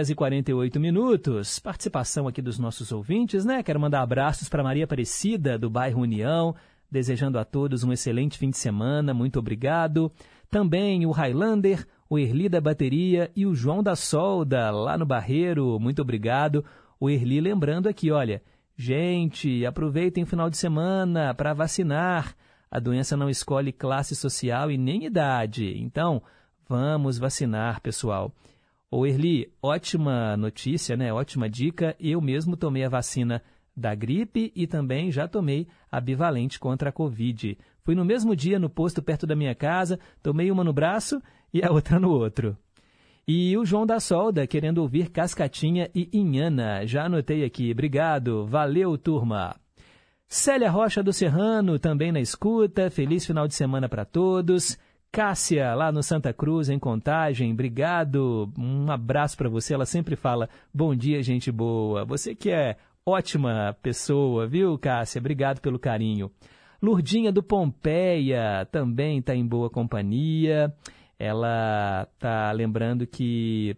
9h48. Participação aqui dos nossos ouvintes, né? Quero mandar abraços para Maria Aparecida, do bairro União, desejando a todos um excelente fim de semana. Muito obrigado. Também o Highlander, o Erli da Bateria e o João da Solda, lá no Barreiro. Muito obrigado. O Erli lembrando aqui, olha, gente, aproveitem o final de semana para vacinar. A doença não escolhe classe social e nem idade. Então, vamos vacinar, pessoal. Ô Erli, ótima notícia, né? Ótima dica. Eu mesmo tomei a vacina da gripe e também já tomei a bivalente contra a Covid. Fui no mesmo dia no posto perto da minha casa, tomei uma no braço e a outra no outro. E o João da Solda, querendo ouvir Cascatinha e Inhana. Já anotei aqui. Obrigado. Valeu, turma. Célia Rocha do Serrano, também na escuta. Feliz final de semana para todos. Cássia, lá no Santa Cruz, em Contagem. Obrigado. Um abraço para você. Ela sempre fala, bom dia, gente boa. Você que é ótima pessoa, viu, Cássia? Obrigado pelo carinho. Lurdinha do Pompeia também está em boa companhia. Ela está lembrando que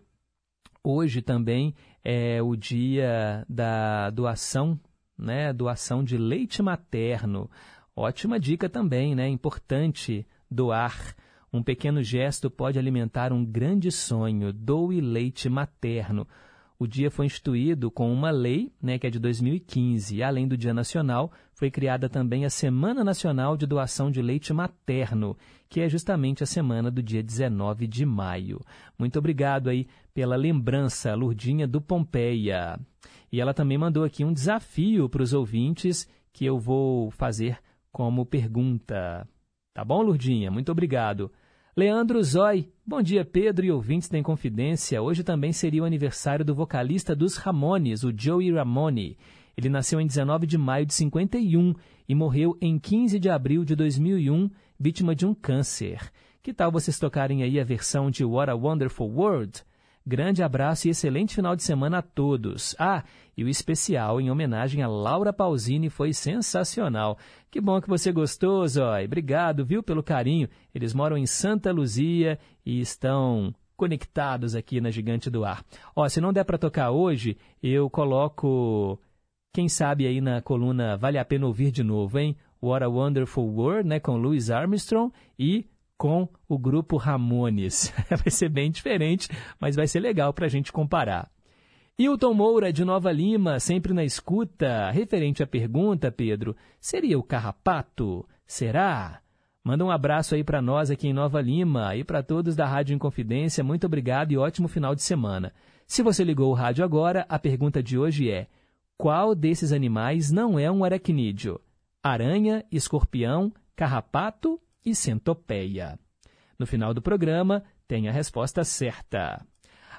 hoje também é o dia da doação, né? Doação de leite materno. Ótima dica também, né? Importante doar. Um pequeno gesto pode alimentar um grande sonho. Doe leite materno. O dia foi instituído com uma lei, né, que é de 2015. Além do Dia Nacional, foi criada também a Semana Nacional de Doação de Leite Materno, que é justamente a semana do dia 19 de maio. Muito obrigado aí pela lembrança, Lurdinha do Pompeia. E ela também mandou aqui um desafio para os ouvintes que eu vou fazer como pergunta. Tá bom, Lurdinha? Muito obrigado. Leandro Zói, bom dia Pedro e ouvintes da Inconfidência. Hoje também seria o aniversário do vocalista dos Ramones, o Joey Ramone. Ele nasceu em 19 de maio de 51 e morreu em 15 de abril de 2001, vítima de um câncer. Que tal vocês tocarem aí a versão de What a Wonderful World? Grande abraço e excelente final de semana a todos. Ah, e o especial em homenagem a Laura Pausini foi sensacional. Que bom que você gostou, Zói. Obrigado, viu, pelo carinho. Eles moram em Santa Luzia e estão conectados aqui na Gigante do Ar. Ó, se não der para tocar hoje, eu coloco, quem sabe aí na coluna Vale a Pena Ouvir de novo, hein? What a Wonderful World, né, com Louis Armstrong e com o grupo Ramones. Vai ser bem diferente, mas vai ser legal para a gente comparar. Hilton Moura, de Nova Lima, sempre na escuta. Referente à pergunta, Pedro, seria o Carrapato? Será? Manda um abraço aí para nós aqui em Nova Lima e para todos da Rádio Inconfidência. Muito obrigado e ótimo final de semana. Se você ligou o rádio agora, a pergunta de hoje é: qual desses animais não é um aracnídeo? Aranha, escorpião, carrapato e centopeia. No final do programa, tem a resposta certa.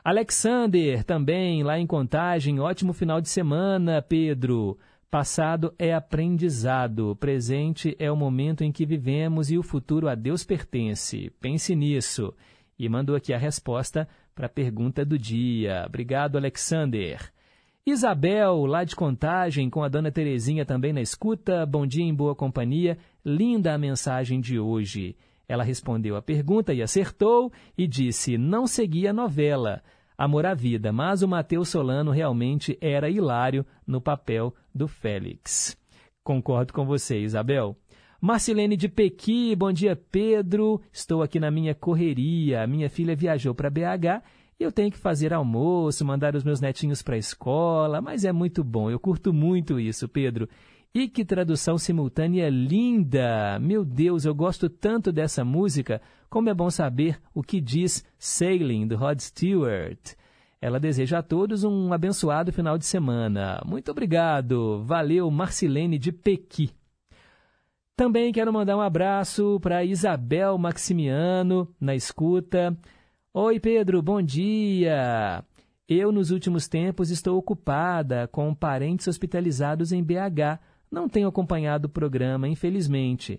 Alexander, também, lá em Contagem, ótimo final de semana, Pedro. Passado é aprendizado, presente é o momento em que vivemos e o futuro a Deus pertence. Pense nisso. E mandou aqui a resposta para a pergunta do dia. Obrigado, Alexander. Isabel, lá de Contagem, com a dona Terezinha também na escuta. Bom dia em boa companhia. Linda a mensagem de hoje. Ela respondeu a pergunta e acertou e disse, não seguia a novela Amor à Vida, mas o Matheus Solano realmente era hilário no papel do Félix. Concordo com você, Isabel. Marcilene de Pequi, bom dia, Pedro. Estou aqui na minha correria. Minha filha viajou para BH e eu tenho que fazer almoço, mandar os meus netinhos para a escola, mas é muito bom, eu curto muito isso, Pedro. E que tradução simultânea linda! Meu Deus, eu gosto tanto dessa música, como é bom saber o que diz Sailing, do Rod Stewart. Ela deseja a todos um abençoado final de semana. Muito obrigado, valeu Marcilene de Pequi. Também quero mandar um abraço para Isabel Maximiano, na escuta. Oi, Pedro, bom dia! Eu, nos últimos tempos, estou ocupada com parentes hospitalizados em BH. Não tenho acompanhado o programa, infelizmente.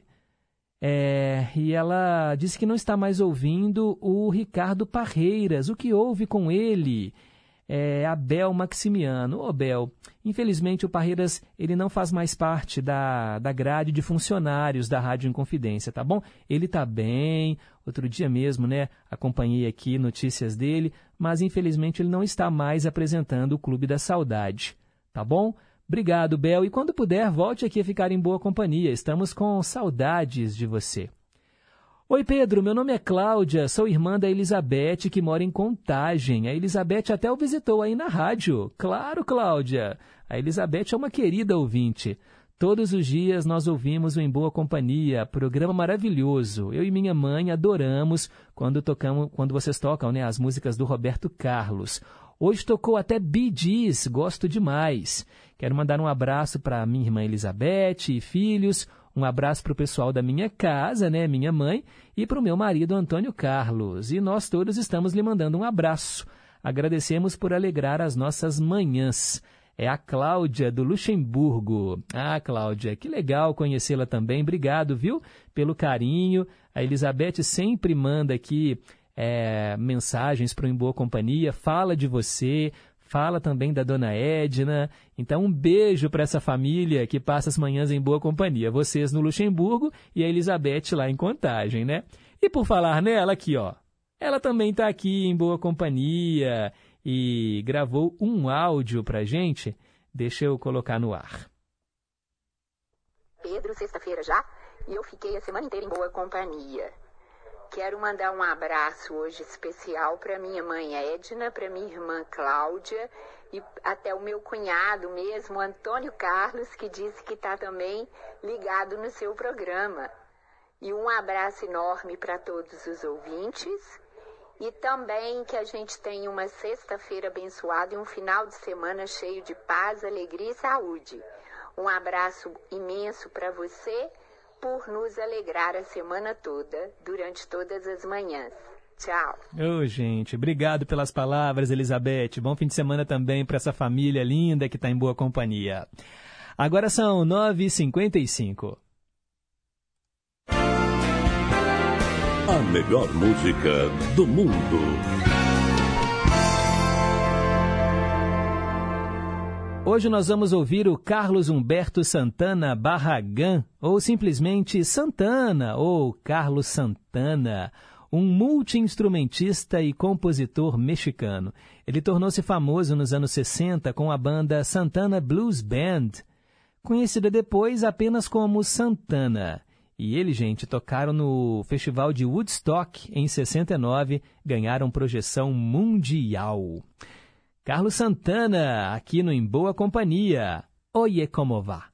E ela disse que não está mais ouvindo o Ricardo Parreiras. O que houve com ele? Abel Maximiano. Ô, Bel, infelizmente o Parreiras ele não faz mais parte da grade de funcionários da Rádio Inconfidência, tá bom? Ele tá bem, outro dia mesmo, né, acompanhei aqui notícias dele, mas infelizmente ele não está mais apresentando o Clube da Saudade, tá bom? Obrigado, Bel, e quando puder, volte aqui a ficar em boa companhia, estamos com saudades de você. Oi, Pedro, meu nome é Cláudia, sou irmã da Elizabeth, que mora em Contagem. A Elizabeth até o visitou aí na rádio. Claro, Cláudia. A Elizabeth é uma querida ouvinte. Todos os dias nós ouvimos o Em Boa Companhia, programa maravilhoso. Eu e minha mãe adoramos quando vocês tocam, né, as músicas do Roberto Carlos. Hoje tocou até Bee Gees, gosto demais. Quero mandar um abraço para minha irmã Elizabeth e filhos. Um abraço para o pessoal da minha casa, né, minha mãe, e para o meu marido Antônio Carlos. E nós todos estamos lhe mandando um abraço. Agradecemos por alegrar as nossas manhãs. É a Cláudia, do Luxemburgo. Ah, Cláudia, que legal conhecê-la também. Obrigado, viu, pelo carinho. A Elizabeth sempre manda aqui mensagens para o Em Boa Companhia, fala de você, fala também da dona Edna. Então, um beijo para essa família que passa as manhãs em boa companhia. Vocês no Luxemburgo e a Elizabeth lá em Contagem, né? E por falar nela aqui, ó. Ela também está aqui em boa companhia e gravou um áudio para gente. Deixa eu colocar no ar. Pedro, sexta-feira já, e eu fiquei a semana inteira em boa companhia. Quero mandar um abraço hoje especial para minha mãe Edna, para minha irmã Cláudia e até o meu cunhado mesmo, Antônio Carlos, que disse que está também ligado no seu programa. E um abraço enorme para todos os ouvintes e também que a gente tenha uma sexta-feira abençoada e um final de semana cheio de paz, alegria e saúde. Um abraço imenso para você por nos alegrar a semana toda, durante todas as manhãs. Tchau. Ô, gente, obrigado pelas palavras, Elizabeth. Bom fim de semana também para essa família linda que está em boa companhia. Agora são 9h55. A melhor música do mundo. Hoje nós vamos ouvir o Carlos Humberto Santana Barragán, ou simplesmente Santana, ou Carlos Santana, um multi-instrumentista e compositor mexicano. Ele tornou-se famoso nos anos 60 com a banda Santana Blues Band, conhecida depois apenas como Santana. E ele, gente, tocaram no Festival de Woodstock em 69, ganharam projeção mundial. Carlos Santana, aqui no Em Boa Companhia. Oye como va.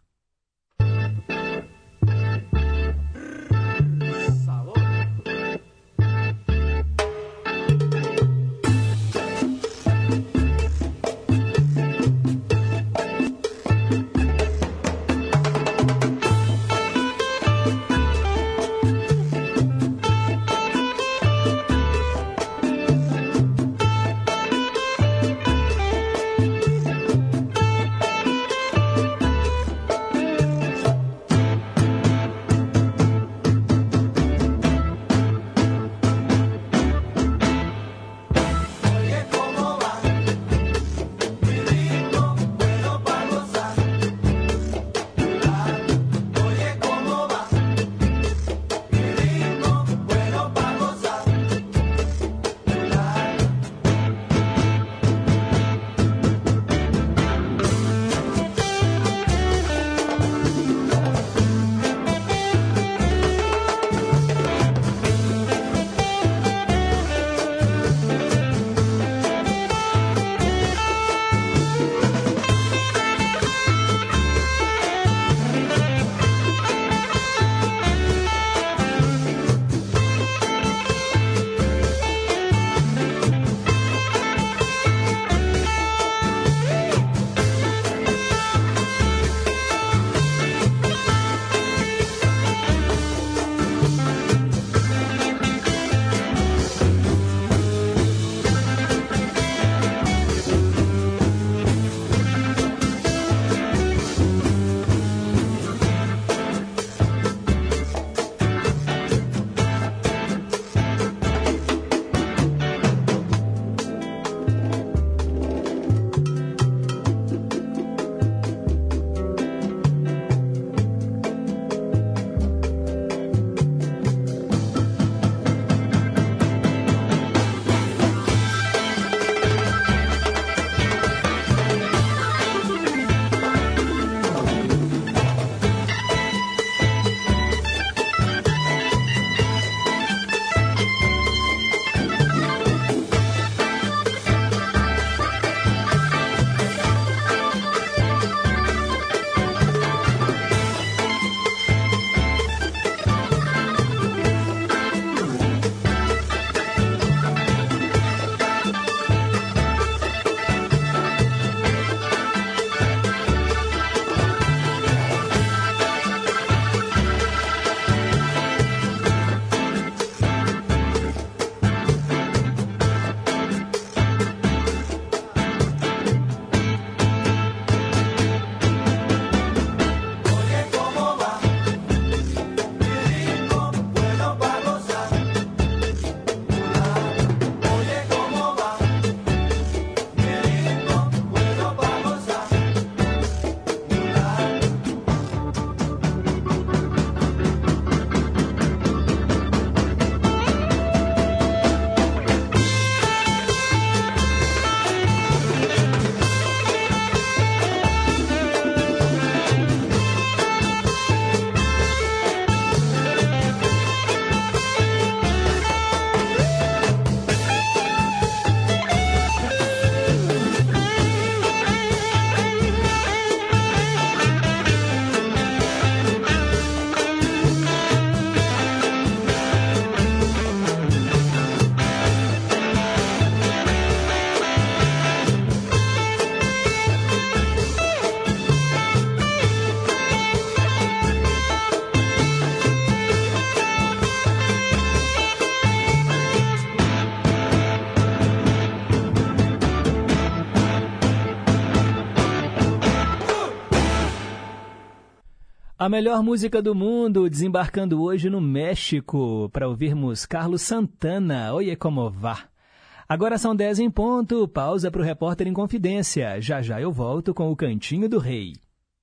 A melhor música do mundo, desembarcando hoje no México, para ouvirmos Carlos Santana, Oye Como Va. Agora são 10 em ponto, pausa para o Repórter em Confidência. Já já eu volto com o Cantinho do Rei.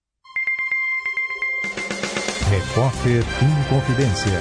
Repórter em Confidência.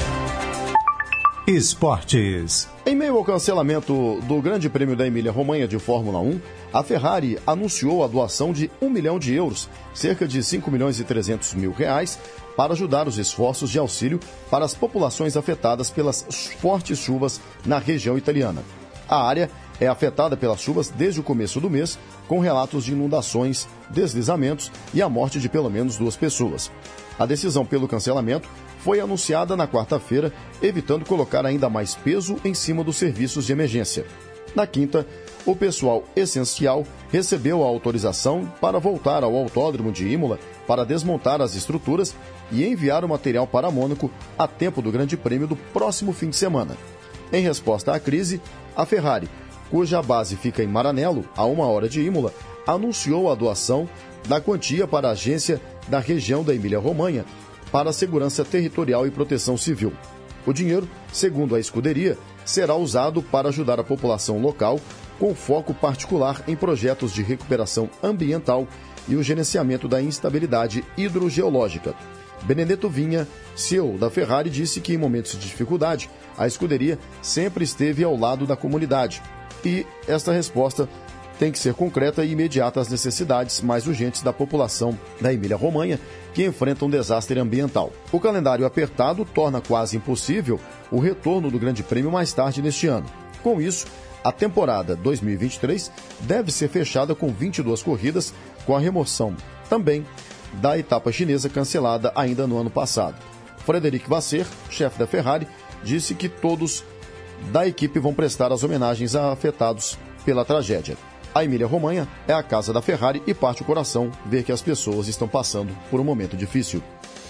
Esportes. Em meio ao cancelamento do Grande Prêmio da Emília-Romanha de Fórmula 1, a Ferrari anunciou a doação de 1 milhão de euros, cerca de 5 milhões e 300 mil reais, para ajudar os esforços de auxílio para as populações afetadas pelas fortes chuvas na região italiana. A área é afetada pelas chuvas desde o começo do mês, com relatos de inundações, deslizamentos e a morte de pelo menos 2 pessoas. A decisão pelo cancelamento foi anunciada na quarta-feira, evitando colocar ainda mais peso em cima dos serviços de emergência. Na quinta, o pessoal essencial recebeu a autorização para voltar ao Autódromo de Imola para desmontar as estruturas e enviar o material para Mônaco a tempo do Grande Prêmio do próximo fim de semana. Em resposta à crise, a Ferrari, cuja base fica em Maranello, a 1 hora de Imola, anunciou a doação da quantia para a agência da região da Emília-Romanha para a Segurança Territorial e Proteção Civil. O dinheiro, segundo a escuderia, será usado para ajudar a população local, com foco particular em projetos de recuperação ambiental e o gerenciamento da instabilidade hidrogeológica. Benedetto Vinha, CEO da Ferrari, disse que em momentos de dificuldade, a escuderia sempre esteve ao lado da comunidade. E esta resposta tem que ser concreta e imediata às necessidades mais urgentes da população da Emília-Romanha, que enfrenta um desastre ambiental. O calendário apertado torna quase impossível o retorno do Grande Prêmio mais tarde neste ano. Com isso, a temporada 2023 deve ser fechada com 22 corridas, com a remoção também da etapa chinesa cancelada ainda no ano passado. Frederic Vasseur, chefe da Ferrari, disse que todos da equipe vão prestar as homenagens a afetados pela tragédia. A Emília-Romanha é a casa da Ferrari e parte o coração ver que as pessoas estão passando por um momento difícil.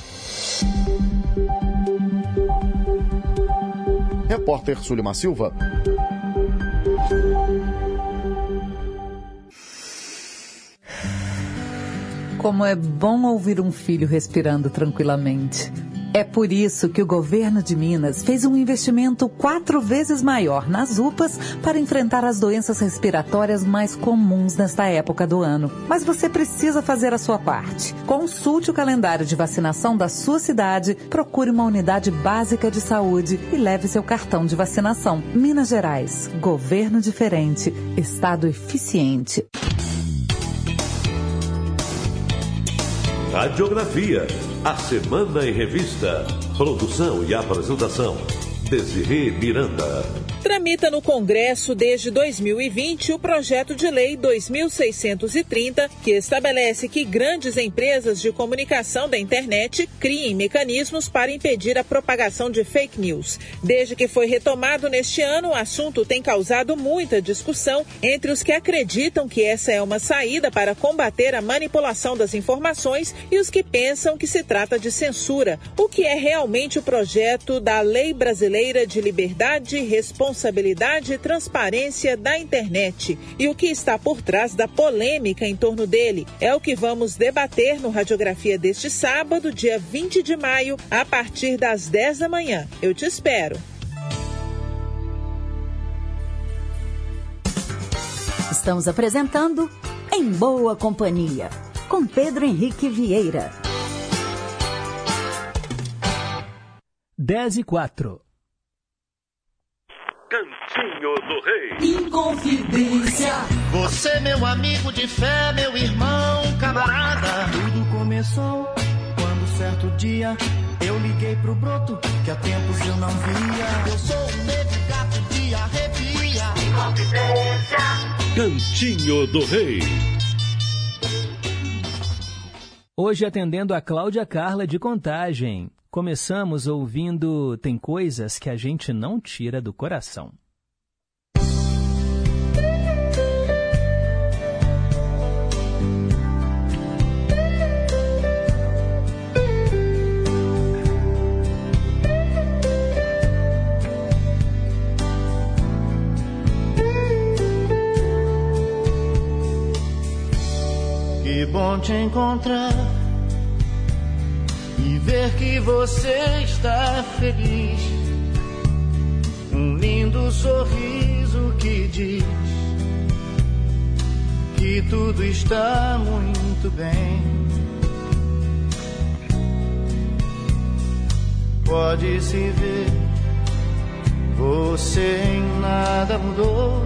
Repórter Sulimar Silva. Como é bom ouvir um filho respirando tranquilamente. É por isso que o governo de Minas fez um investimento 4 vezes maior nas UPAs para enfrentar as doenças respiratórias mais comuns nesta época do ano. Mas você precisa fazer a sua parte. Consulte o calendário de vacinação da sua cidade, procure uma unidade básica de saúde e leve seu cartão de vacinação. Minas Gerais, governo diferente, estado eficiente. Radiografia, a Semana em Revista. Produção e apresentação, Desirê Miranda. Tramita no Congresso desde 2020 o projeto de lei 2630, que estabelece que grandes empresas de comunicação da internet criem mecanismos para impedir a propagação de fake news. Desde que foi retomado neste ano, o assunto tem causado muita discussão entre os que acreditam que essa é uma saída para combater a manipulação das informações e os que pensam que se trata de censura, o que é realmente o projeto da Lei Brasileira de Liberdade, Responsabilidade e Transparência da Internet. E o que está por trás da polêmica em torno dele é o que vamos debater no Radiografia deste sábado, dia 20 de maio, a partir das 10 da manhã. Eu te espero. Estamos apresentando Em Boa Companhia, com Pedro Henrique Vieira. 10:04. Cantinho do Rei. Inconfidência. Você, meu amigo de fé, meu irmão, camarada. Tudo começou quando certo dia eu liguei pro broto que há tempos eu não via. Eu sou um negro gato de arrepia. Inconfidência. Cantinho do Rei. Hoje atendendo a Cláudia Carla de Contagem. Começamos ouvindo Tem Coisas que a Gente Não Tira do Coração. Que bom te encontrar. e ver que você está feliz. Um lindo sorriso que diz que tudo está muito bem. Pode-se ver, você em nada mudou.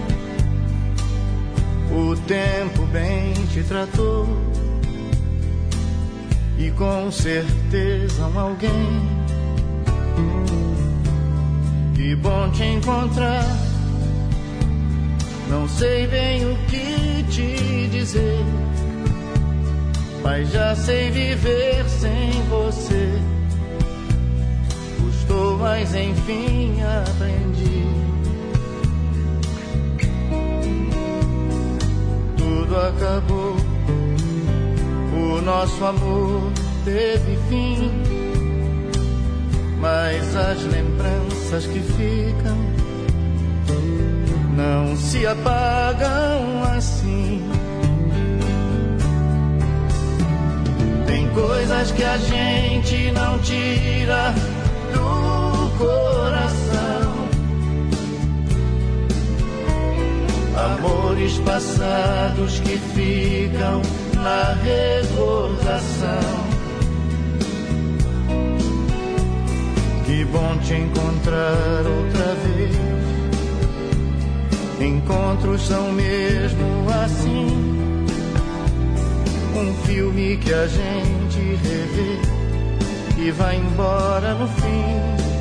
O tempo bem te tratou e com certeza alguém. Que bom te encontrar. Não sei bem o que te dizer, mas já sei viver sem você. Custou, mas enfim aprendi. Tudo acabou, o nosso amor teve fim, mas as lembranças que ficam não se apagam assim. Tem coisas que a gente não tira do coração. Amores passados que ficam na recordação. Que bom te encontrar outra vez. Encontros são mesmo assim, um filme que a gente revê e vai embora no fim.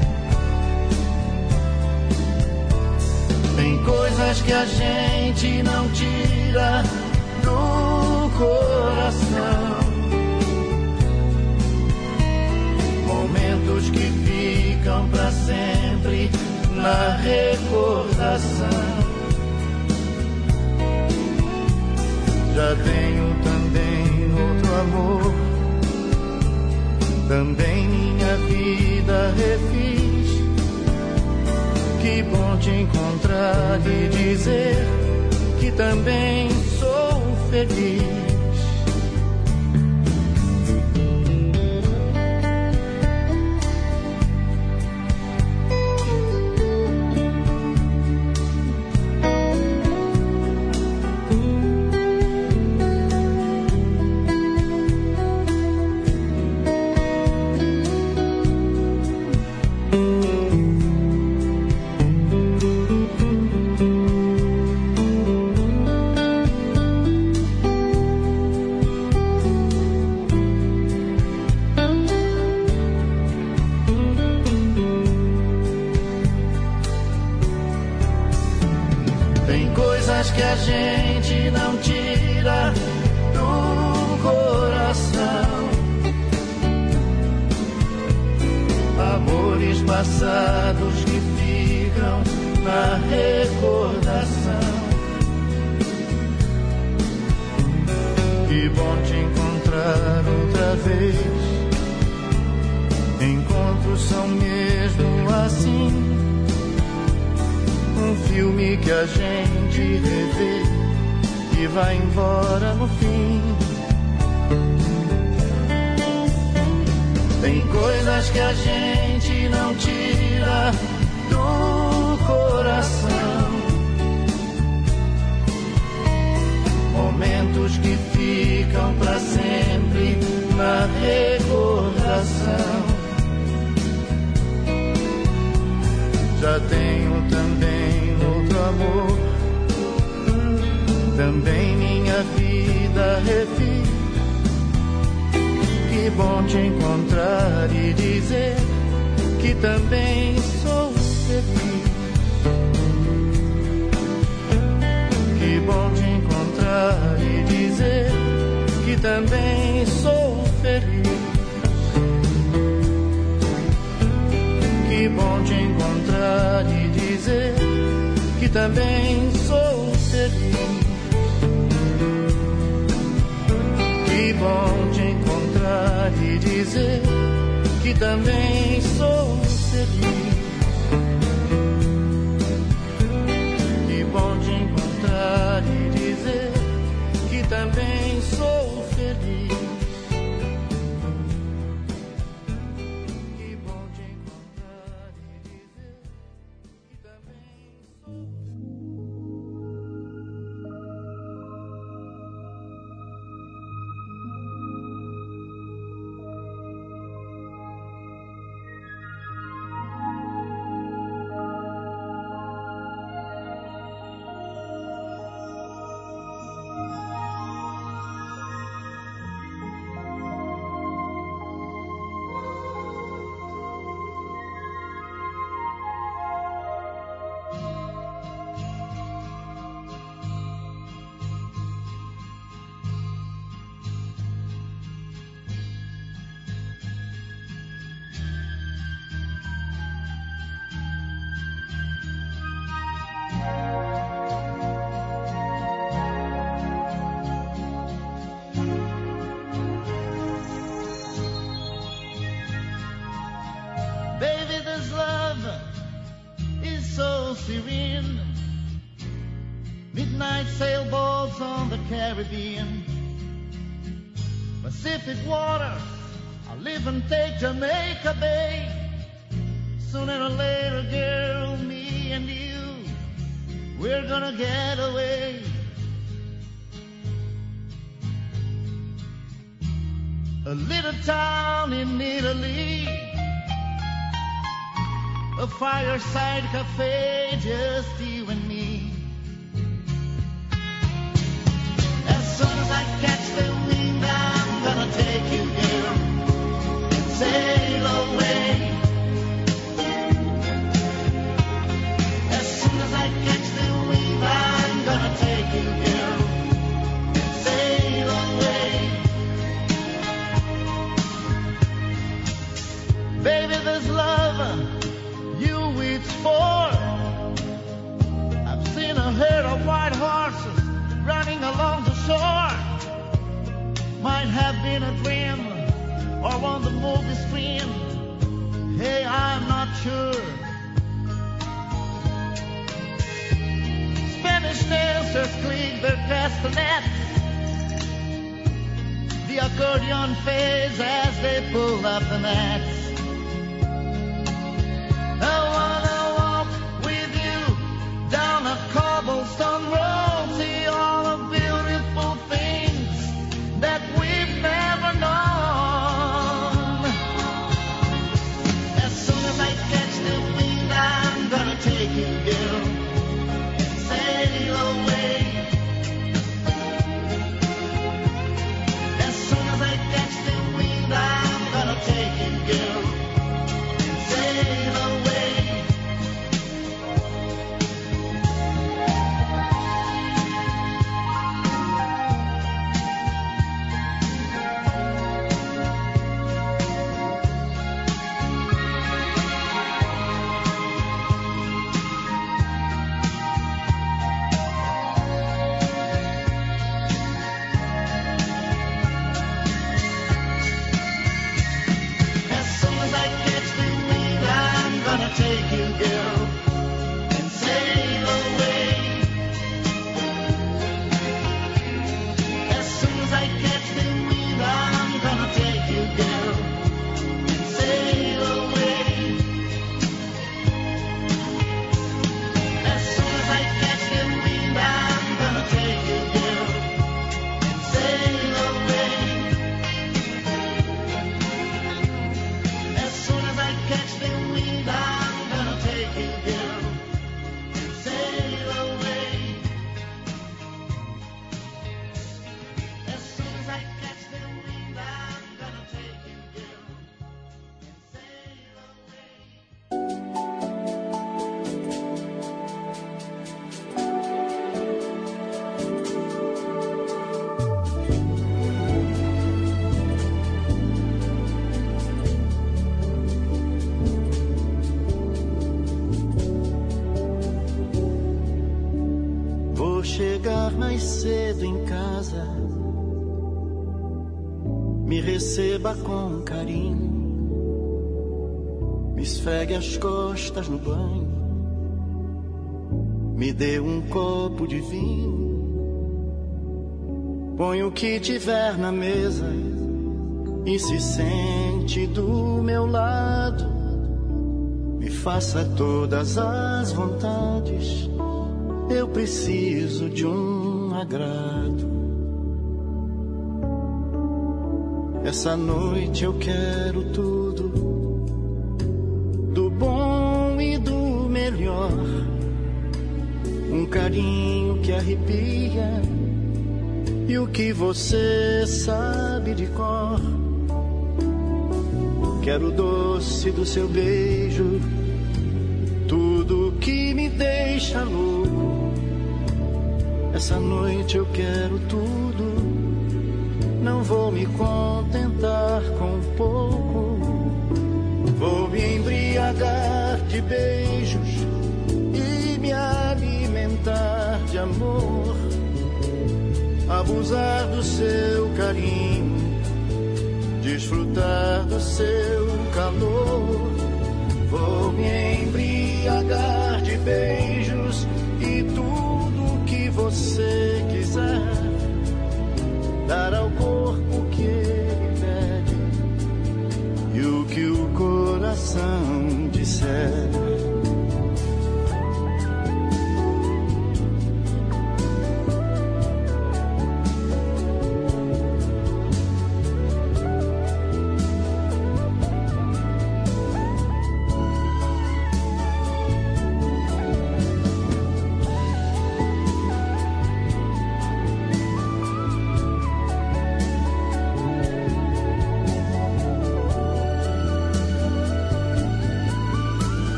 Tem coisas que a gente não tira do coração, momentos que ficam pra sempre na recordação. Já tenho também outro amor, também minha vida refiz. Que bom te encontrar e dizer que também sou feliz. Que a gente não tira do coração, amores passados que ficam na recordação. Que bom te encontrar outra vez. Encontros são mesmo assim, um filme que a gente revê e vai embora no fim. Tem coisas que a gente não tira do coração, momentos que ficam pra sempre na recordação. Já tenho também outro amor, também minha vida refiz. Que bom te encontrar e dizer que também sou feliz. Que bom te encontrar e dizer que também sou feliz. Que bom te encontrar e dizer que também sou feliz. Que bom te encontrar e dizer que também sou feliz. Que bom te encontrar e dizer que também sou feliz. sea wind, midnight sailboats on the Caribbean, Pacific waters, I'll live and take Jamaica Bay. Sooner or later, girl, me and you, we're gonna get away. A little town in Italy, a fireside cafe, just you and me. As soon as I catch the wind, I'm gonna take you, girl, and sail away. As soon as I catch the wind, I'm gonna take you, girl, and sail away. Baby, this love you it's for. I've seen a herd of white horses running along the shore. Might have been a dream or on the movie screen. Hey, I'm not sure. Spanish dancers click their castanets. The accordion fades as they pull up the nets. I wanna walk with you down a cobblestone road, see all the beautiful things that we've never known. As soon as I catch the wind, I'm gonna take you, girl, and sail away. As soon as I catch the wind, I'm gonna take you, girl, and sail away. Take you, girl, and sail away. As soon as I catch the wind, I'm gonna take you, girl, and sail away. As soon as I catch the wind, I'm gonna take you, girl, and sail away. As soon as I catch the wind, I'm gonna take you, girl, and sail away. As soon as I catch the wind, I'm gonna take you, girl, and sail away. Vou chegar mais cedo em casa, me receba com carinho, me esfregue as costas no banho, me dê um copo de vinho, põe o que tiver na mesa e se sente do meu lado, me faça todas as vontades. Eu preciso de um agrado. Essa noite eu quero tudo, do bom e do melhor. Um carinho que arrepia e o que você sabe de cor. Quero o doce do seu beijo, tudo que me deixa louco. Essa noite eu quero tudo, não vou me contentar com pouco. Vou me embriagar de beijos e me alimentar de amor, abusar do seu carinho, desfrutar do seu calor. Vou me embriagar de beijos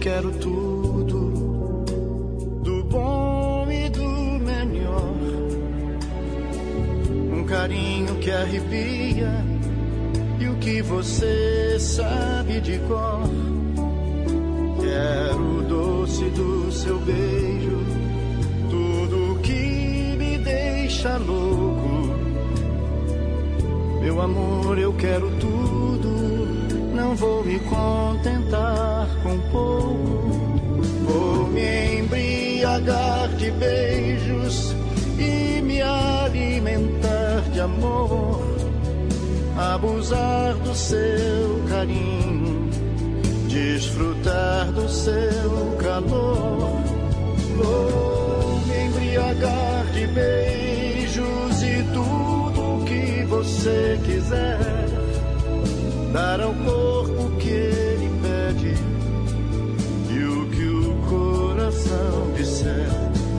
quero tudo, do bom e do melhor. Um carinho que arrepia e o que você sabe de cor. Quero o doce do seu beijo, tudo que me deixa louco. Meu amor, eu quero tudo, não vou me contentar com pouco. Vou me embriagar de beijos e me alimentar de amor, abusar do seu carinho, desfrutar do seu calor. Vou me embriagar de beijos e tudo que você quiser, dar ao corpo o que ele pede e o que o coração disser.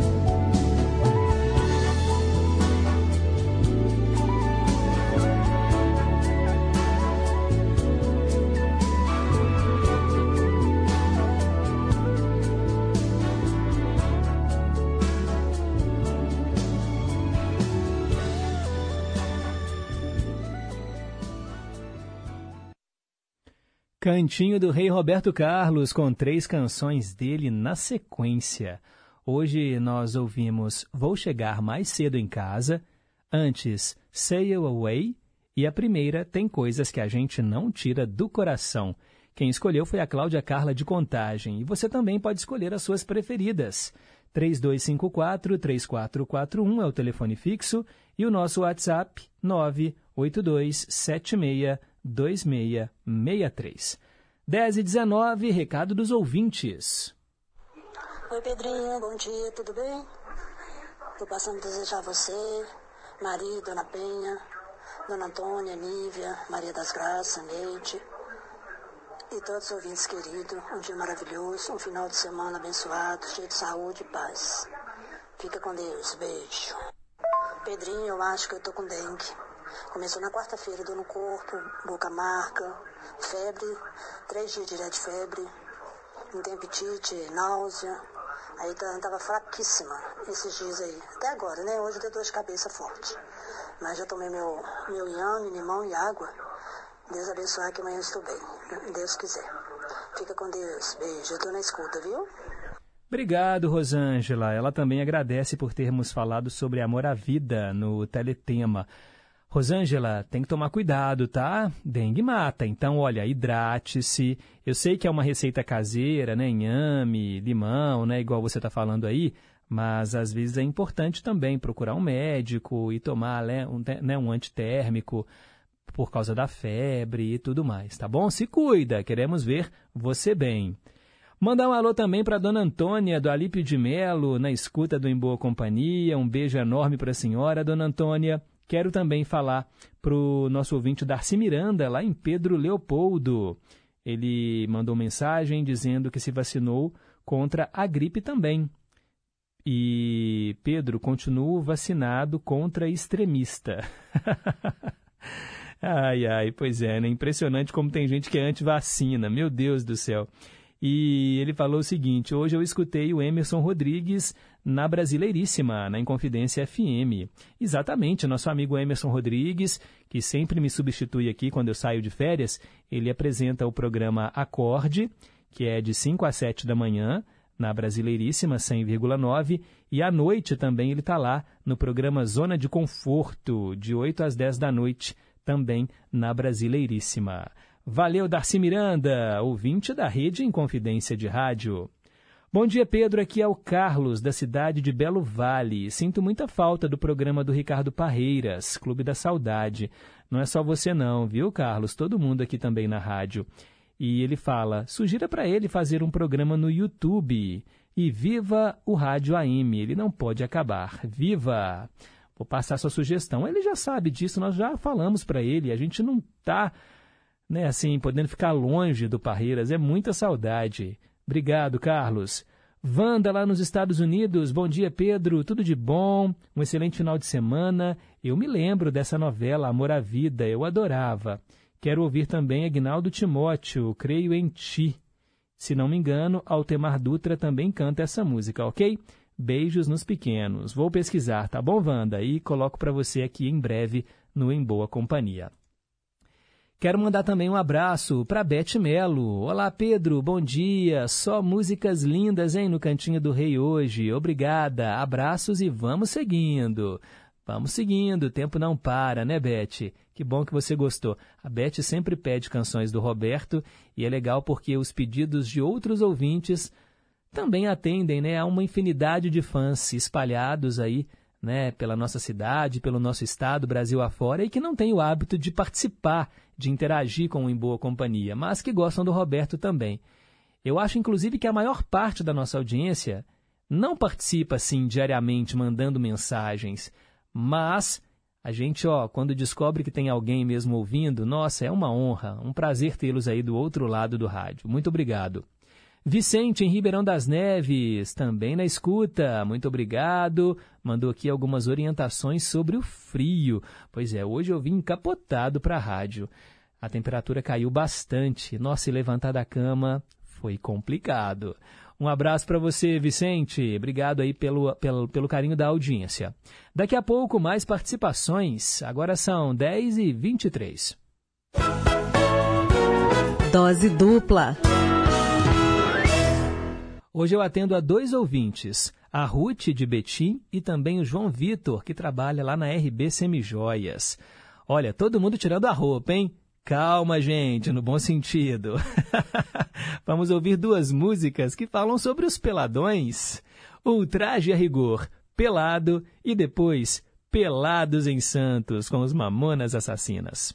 Cantinho do Rei Roberto Carlos, com 3 canções dele na sequência. Hoje nós ouvimos Vou Chegar Mais Cedo em Casa, antes Sail Away, e a primeira Tem Coisas que a Gente Não Tira do Coração. Quem escolheu foi a Cláudia Carla de Contagem, e você também pode escolher as suas preferidas. 3254-3441 é o telefone fixo e o nosso WhatsApp 982762663. 10h19, recado dos ouvintes. Oi, Pedrinho, bom dia, tudo bem? Estou passando a desejar a você, Maria, Dona Penha, Dona Antônia, Nívia, Maria das Graças, Neide e todos os ouvintes queridos, um dia maravilhoso, um final de semana abençoado, cheio de saúde e paz. Fica com Deus, beijo. Pedrinho, eu acho que eu tô com dengue. Começou na quarta-feira, dor no corpo, boca marca, febre, 3 dias direto de febre, não tem apetite, náusea, aí tava fraquíssima esses dias aí, até agora, né? Hoje deu dor de cabeça forte, mas já tomei meu inhame, limão e água. Deus abençoe que amanhã eu estou bem, Deus quiser. Fica com Deus, beijo, eu tô na escuta, viu? Obrigado, Rosângela. Ela também agradece por termos falado sobre amor à vida no Teletema. Rosângela, tem que tomar cuidado, tá? Dengue mata, então, olha, hidrate-se. Eu sei que é uma receita caseira, né? Inhame, limão, né? Igual você tá falando aí, mas às vezes é importante também procurar um médico e tomar, né, um antitérmico por causa da febre e tudo mais, tá bom? Se cuida, queremos ver você bem. Mandar um alô também para Dona Antônia, do Alípio de Melo, na escuta do Em Boa Companhia. Um beijo enorme para a senhora, Dona Antônia. Quero também falar para o nosso ouvinte Darcy Miranda, lá em Pedro Leopoldo. Ele mandou mensagem dizendo que se vacinou contra a gripe também. E, Pedro, continuo vacinado contra extremista. Ai, pois é, né? Impressionante como tem gente que é anti-vacina, meu Deus do céu. E ele falou o seguinte: hoje eu escutei o Emerson Rodrigues na Brasileiríssima, na Inconfidência FM. Exatamente, nosso amigo Emerson Rodrigues, que sempre me substitui aqui quando eu saio de férias, ele apresenta o programa Acorde, que é de 5 às 7 da manhã, na Brasileiríssima 100,9, e à noite também ele está lá no programa Zona de Conforto, de 8 às 10 da noite, também na Brasileiríssima. Valeu, Darcy Miranda, ouvinte da Rede Inconfidência de Rádio. Bom dia, Pedro. Aqui é o Carlos, da cidade de Belo Vale. Sinto muita falta do programa do Ricardo Parreiras, Clube da Saudade. Não é só você não, viu, Carlos? Todo mundo aqui também na rádio. E ele fala, sugira para ele fazer um programa no YouTube. E viva o Rádio AM, ele não pode acabar. Viva! Vou passar sua sugestão. Ele já sabe disso, nós já falamos para ele. A gente não está, né, assim, podendo ficar longe do Parreiras. É muita saudade. Obrigado, Carlos. Wanda, lá nos Estados Unidos. Bom dia, Pedro. Tudo de bom? Um excelente final de semana. Eu me lembro dessa novela Amor à Vida. Eu adorava. Quero ouvir também Aguinaldo Timóteo, Creio em Ti. Se não me engano, Altemar Dutra também canta essa música, ok? Beijos nos pequenos. Vou pesquisar, tá bom, Wanda? E coloco para você aqui em breve no Em Boa Companhia. Quero mandar também um abraço para Beth Melo. Olá, Pedro, bom dia. Só músicas lindas, hein, no Cantinho do Rei hoje. Obrigada, abraços e vamos seguindo. Vamos seguindo, o tempo não para, né, Beth? Que bom que você gostou. A Beth sempre pede canções do Roberto e é legal porque os pedidos de outros ouvintes também atendem, né, a uma infinidade de fãs espalhados aí, né, pela nossa cidade, pelo nosso estado, Brasil afora, e que não têm o hábito de participar, de interagir com o Em Boa Companhia, mas que gostam do Roberto também. Eu acho, inclusive, que a maior parte da nossa audiência não participa, assim, diariamente, mandando mensagens, mas a gente, quando descobre que tem alguém mesmo ouvindo, nossa, é uma honra, um prazer tê-los aí do outro lado do rádio. Muito obrigado. Vicente, em Ribeirão das Neves, também na escuta, muito obrigado. Mandou aqui algumas orientações sobre o frio. Pois é, hoje eu vim encapotado para a rádio. A temperatura caiu bastante. Nossa, e levantar da cama foi complicado. Um abraço para você, Vicente. Obrigado aí pelo carinho da audiência. Daqui a pouco, mais participações. Agora são 10h23. Dose dupla. Hoje eu atendo a 2 ouvintes, a Ruth de Betim e também o João Vitor, que trabalha lá na RB Semijoias. Olha, todo mundo tirando a roupa, hein? Calma, gente, no bom sentido. Vamos ouvir 2 músicas que falam sobre os peladões. Ultraje a Rigor, Pelado e depois Pelados em Santos, com os Mamonas Assassinas.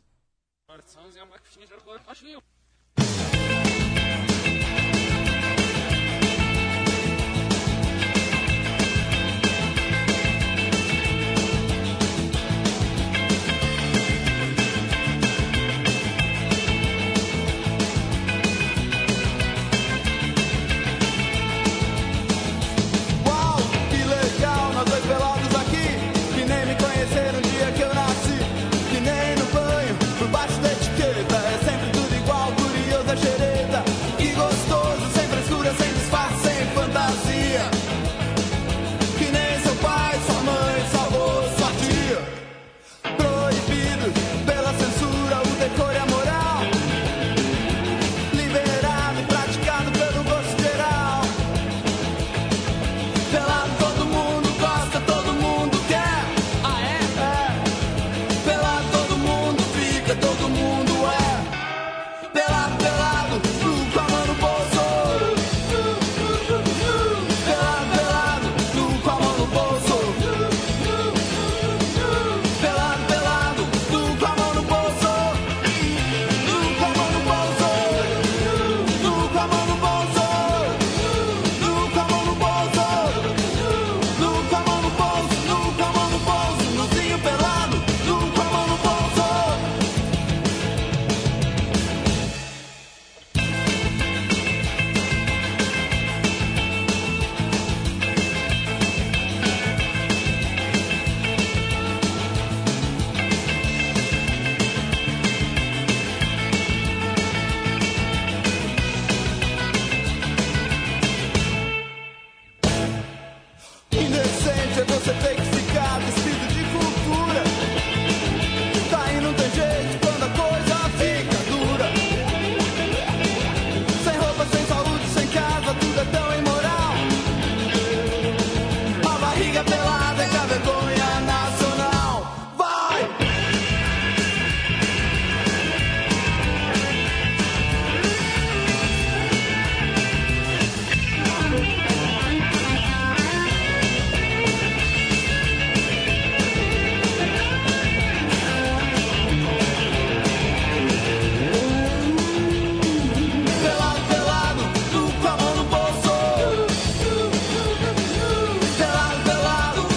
Pelado,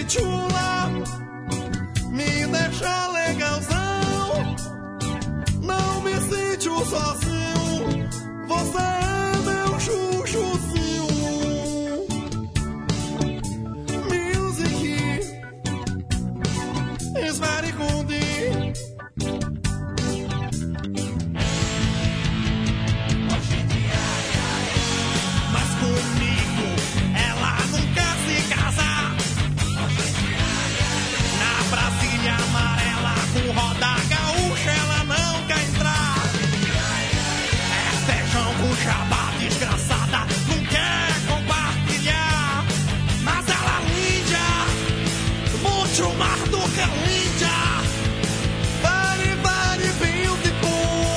chula, me deixa legalzão. Não me sinto sozinho, você é meu chuchuzinho. Music is very good. Mas comigo ela não quer se casar. Na Brasília amarela com roda gaúcha ela não quer entrar. É feijão com jabá desgraçada, não quer compartilhar. Mas ela linda, muito mais do que linda. Very, very beautiful.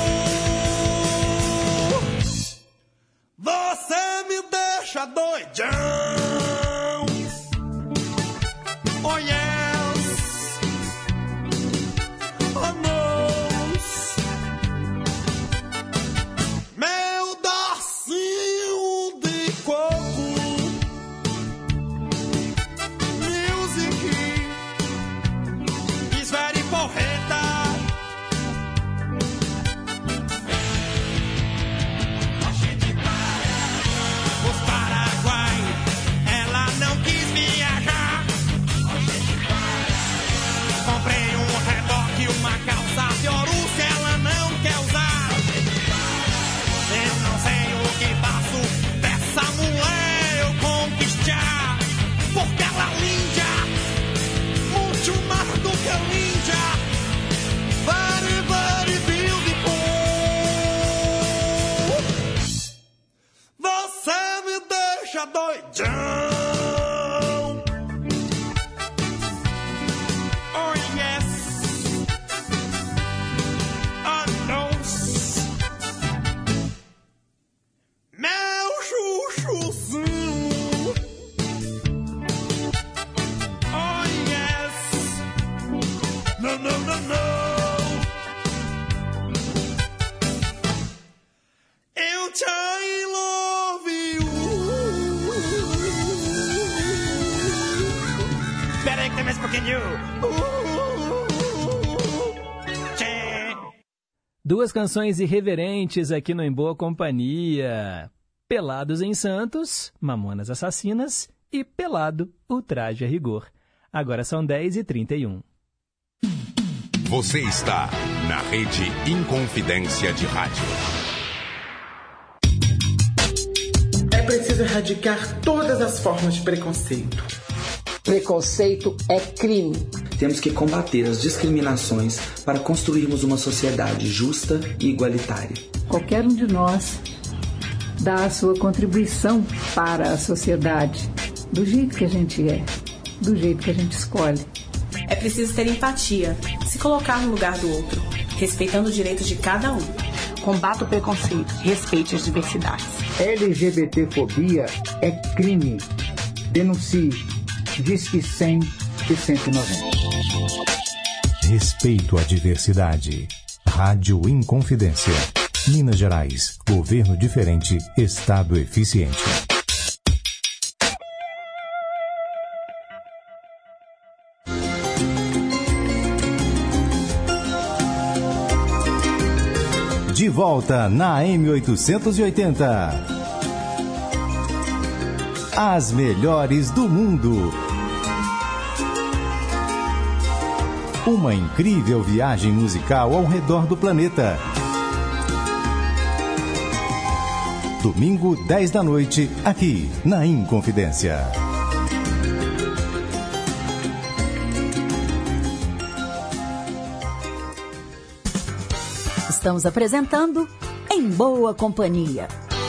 Você me deixa doidão. Oh yes. Oh no. Meu docinho de coco. Music is very porreta. Os Paraguai, ela não quis viajar. Comprei um reboque, uma calça de ouro que ela não quer usar. Eu não sei o que faço dessa mulher eu conquistar. Porque ela é linda, muito mais do que linda. Very, very beautiful. Você me deixa doidão. Oh yes. Oh no. Meu chuchuzinho. Oh yes. No, no, no, no. Eu te love you. Peraí que tem mais um pouquinho. Tchê. Duas canções irreverentes aqui no Em Boa Companhia. Pelados em Santos, Mamonas Assassinas e Pelado, o Traje a Rigor. Agora são 10h31. Você está na Rede Inconfidência de Rádio. É preciso erradicar todas as formas de preconceito. Preconceito é crime. Temos que combater as discriminações para construirmos uma sociedade justa e igualitária. Qualquer um de nós dá a sua contribuição para a sociedade, do jeito que a gente é, do jeito que a gente escolhe. É preciso ter empatia, se colocar no lugar do outro, respeitando os direitos de cada um. Combata o preconceito, respeite as diversidades. LGBTfobia é crime. Denuncie. Disque 100 e 190. Respeito à diversidade. Rádio Inconfidência. Minas Gerais. Governo diferente. Estado eficiente. De volta na M880. As melhores do mundo. Uma incrível viagem musical ao redor do planeta. Domingo, 10 da noite, aqui na Inconfidência. Estamos apresentando Em Boa Companhia.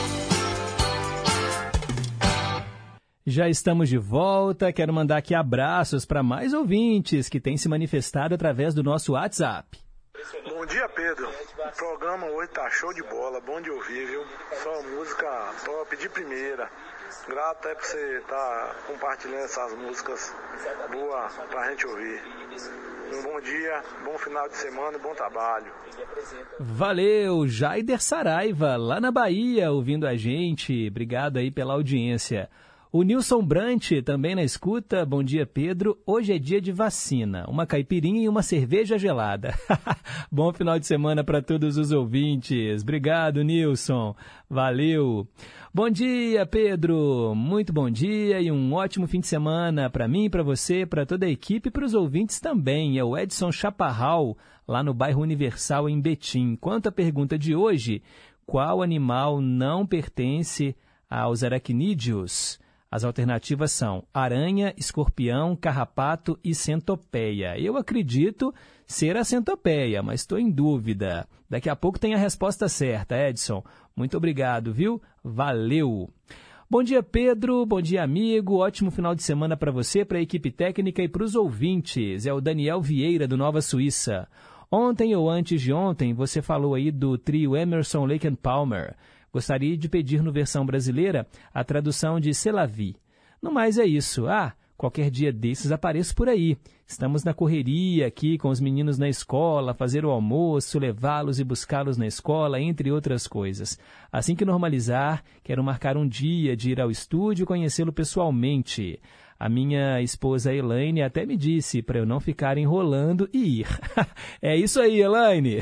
Já estamos de volta. Quero mandar aqui abraços para mais ouvintes que têm se manifestado através do nosso WhatsApp. Bom dia, Pedro. O programa hoje tá show de bola, bom de ouvir, viu? Só música top de primeira. Grato por você estar compartilhando essas músicas boas pra gente ouvir. Um bom dia, bom final de semana e bom trabalho. Valeu, Jaider Saraiva, lá na Bahia, ouvindo a gente. Obrigado aí pela audiência. O Nilson Brant, também na escuta. Bom dia, Pedro. Hoje é dia de vacina. Uma caipirinha e uma cerveja gelada. Bom final de semana para todos os ouvintes. Obrigado, Nilson. Valeu. Bom dia, Pedro. Muito bom dia e um ótimo fim de semana para mim, para você, para toda a equipe e para os ouvintes também. É o Edson Chaparral, lá no bairro Universal, em Betim. Quanto à pergunta de hoje, qual animal não pertence aos aracnídeos? As alternativas são aranha, escorpião, carrapato e centopeia. Eu acredito ser a centopeia, mas estou em dúvida. Daqui a pouco tem a resposta certa, Edson. Muito obrigado, viu? Valeu! Bom dia, Pedro. Bom dia, amigo. Ótimo final de semana para você, para a equipe técnica e para os ouvintes. É o Daniel Vieira, do Nova Suíça. Ontem ou antes de ontem, você falou aí do trio Emerson, Lake and Palmer. Gostaria de pedir no versão brasileira a tradução de C'est la vie. No mais é isso. Qualquer dia desses apareço por aí. Estamos na correria aqui com os meninos na escola, fazer o almoço, levá-los e buscá-los na escola, entre outras coisas. Assim que normalizar, quero marcar um dia de ir ao estúdio e conhecê-lo pessoalmente. A minha esposa Elaine até me disse para eu não ficar enrolando e ir. É isso aí, Elaine.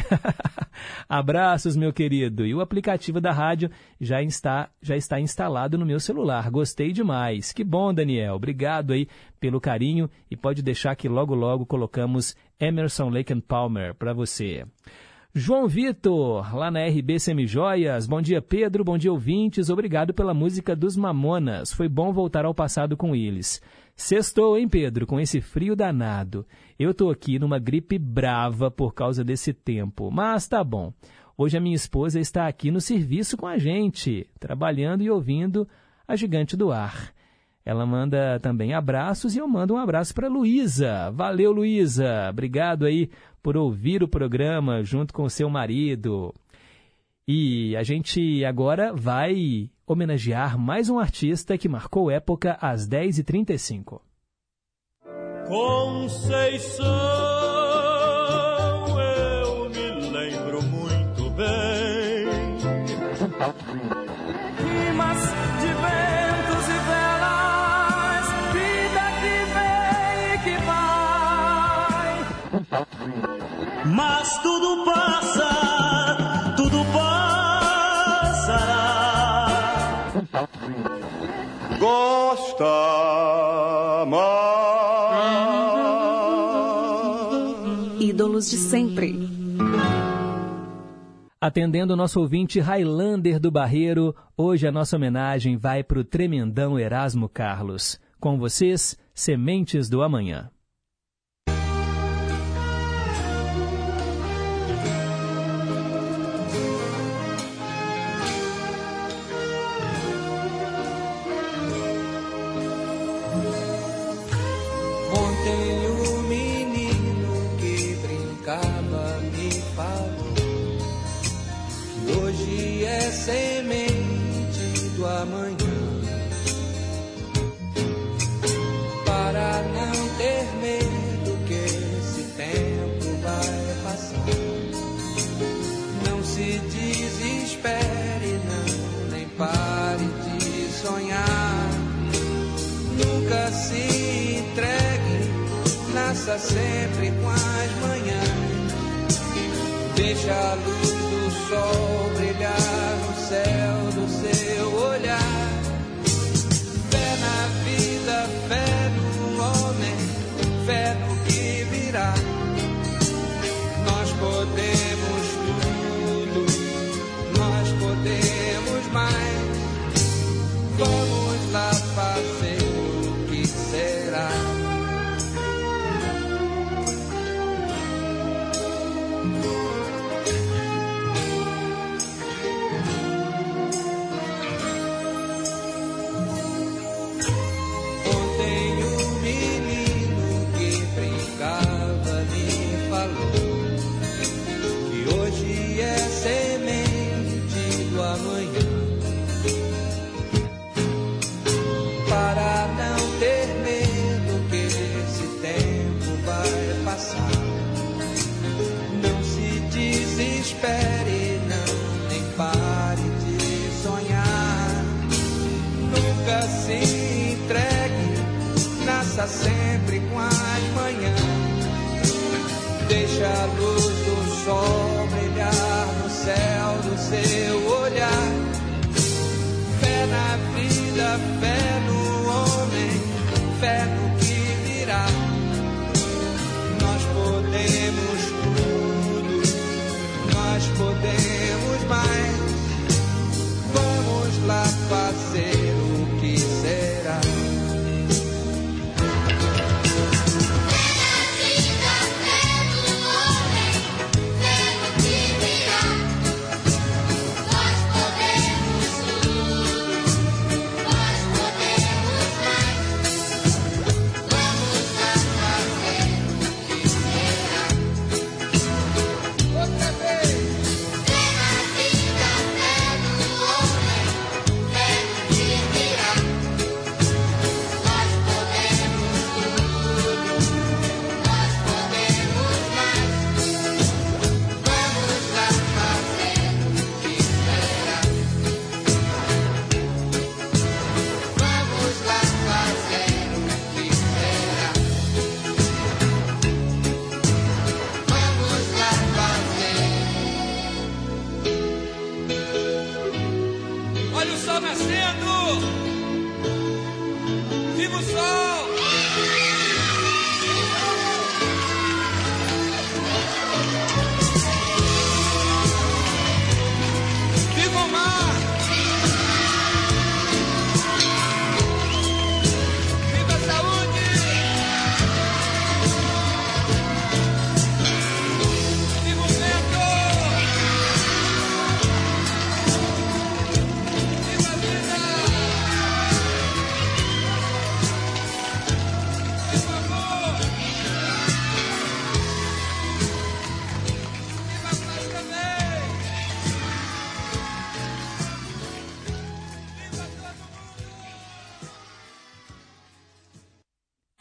Abraços, meu querido. E o aplicativo da rádio já está instalado no meu celular. Gostei demais. Que bom, Daniel. Obrigado aí pelo carinho e pode deixar que logo, logo colocamos Emerson, Lake and Palmer para você. João Vitor, lá na RB Semijoias. Bom dia, Pedro. Bom dia, ouvintes. Obrigado pela música dos Mamonas. Foi bom voltar ao passado com eles. Sextou, hein, Pedro, com esse frio danado. Eu tô aqui numa gripe brava por causa desse tempo, mas tá bom. Hoje a minha esposa está aqui no serviço com a gente, trabalhando e ouvindo a Gigante do Ar. Ela manda também abraços e eu mando um abraço para Luísa. Valeu, Luísa. Obrigado aí por ouvir o programa junto com o seu marido. E a gente agora vai homenagear mais um artista que marcou época às 10h35. Conceição, eu me lembro muito bem. Rimas de ventos e velas, vida que vem e que vai. Mas tudo passa, tudo passará. Gosta mais. Ídolos de sempre. Atendendo o nosso ouvinte Highlander do Barreiro, hoje a nossa homenagem vai para o tremendão Erasmo Carlos. Com vocês, Sementes do Amanhã. Ontem o menino que brincava me falou que hoje é semente do amanhã. Para não ter medo que esse tempo vai passar, não se desespere, não, nem pare de sonhar. Nunca se entregue, nasça sempre com as manhãs. Deixa a luz do sol brilhar no céu do seu olhar. Fé na vida, fé no homem, fé no que virá. Nós podemos tudo, nós podemos mais. Vamos lá fazer o que será. Ontem o menino que brincava me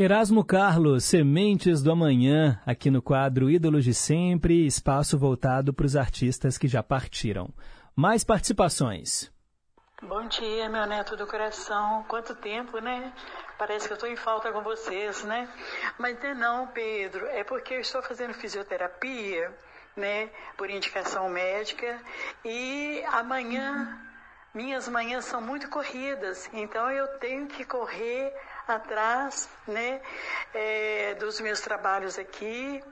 Erasmo Carlos, Sementes do Amanhã, aqui no quadro Ídolos de Sempre, espaço voltado para os artistas que já partiram. Mais participações. Bom dia, meu neto do coração. Quanto tempo, né? Parece que eu estou em falta com vocês, né? Mas não, Pedro, é porque eu estou fazendo fisioterapia, né? Por indicação médica. E amanhã, minhas manhãs são muito corridas, então eu tenho que correr atrás, né? Dos meus trabalhos aqui.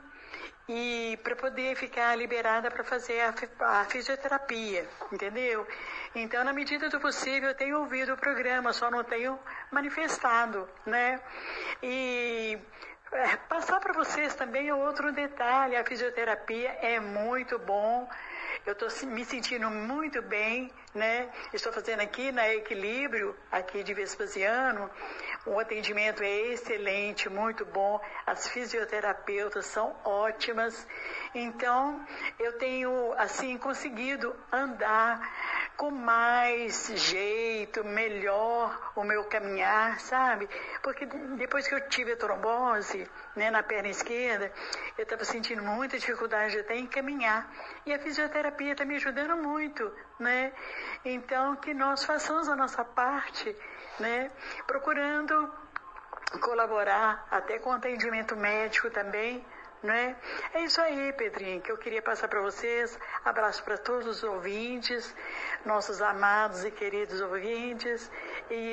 E para poder ficar liberada para fazer a fisioterapia, entendeu? Então, na medida do possível, eu tenho ouvido o programa, só não tenho manifestado, né? E passar para vocês também outro detalhe, a fisioterapia é muito bom. Eu estou me sentindo muito bem, né? Estou fazendo aqui na Equilíbrio, aqui de Vespasiano. O atendimento é excelente, muito bom. As fisioterapeutas são ótimas. Então, eu tenho, assim, conseguido andar com mais jeito, melhor o meu caminhar, sabe? Porque depois que eu tive a trombose, né, na perna esquerda, eu estava sentindo muita dificuldade até em caminhar. E a fisioterapia está me ajudando muito, né? Então, que nós façamos a nossa parte, né? Procurando colaborar até com atendimento médico também, né? É isso aí, Pedrinho, que eu queria passar para vocês. Abraço para todos os ouvintes, nossos amados e queridos ouvintes. E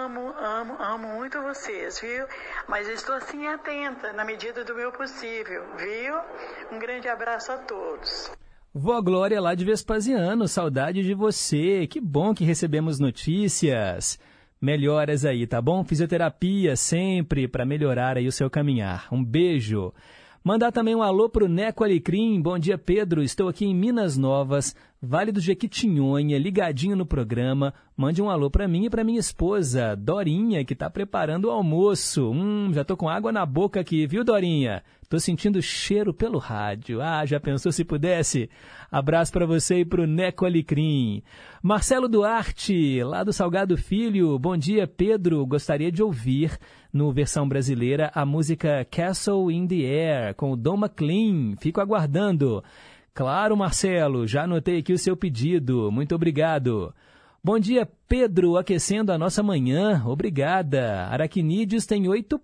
amo muito vocês, viu? Mas estou assim atenta, na medida do meu possível, viu? Um grande abraço a todos. Vó Glória lá de Vespasiano, saudade de você. Que bom que recebemos notícias. Melhoras aí, tá bom? Fisioterapia sempre para melhorar aí o seu caminhar. Um beijo. Mandar também um alô pro Neco Alecrim. Bom dia, Pedro. Estou aqui em Minas Novas, Vale do Jequitinhonha, ligadinho no programa. Mande um alô para mim e para minha esposa, Dorinha, que está preparando o almoço. Já tô com água na boca aqui, viu, Dorinha? Tô sentindo cheiro pelo rádio. Já pensou se pudesse? Abraço para você e pro Neco Alecrim. Marcelo Duarte, lá do Salgado Filho. Bom dia, Pedro. Gostaria de ouvir, no versão brasileira, a música Castle in the Air, com o Don McLean. Fico aguardando. Claro, Marcelo, já anotei aqui o seu pedido. Muito obrigado. Bom dia, Pedro, aquecendo a nossa manhã. Obrigada. Aracnídeos têm 8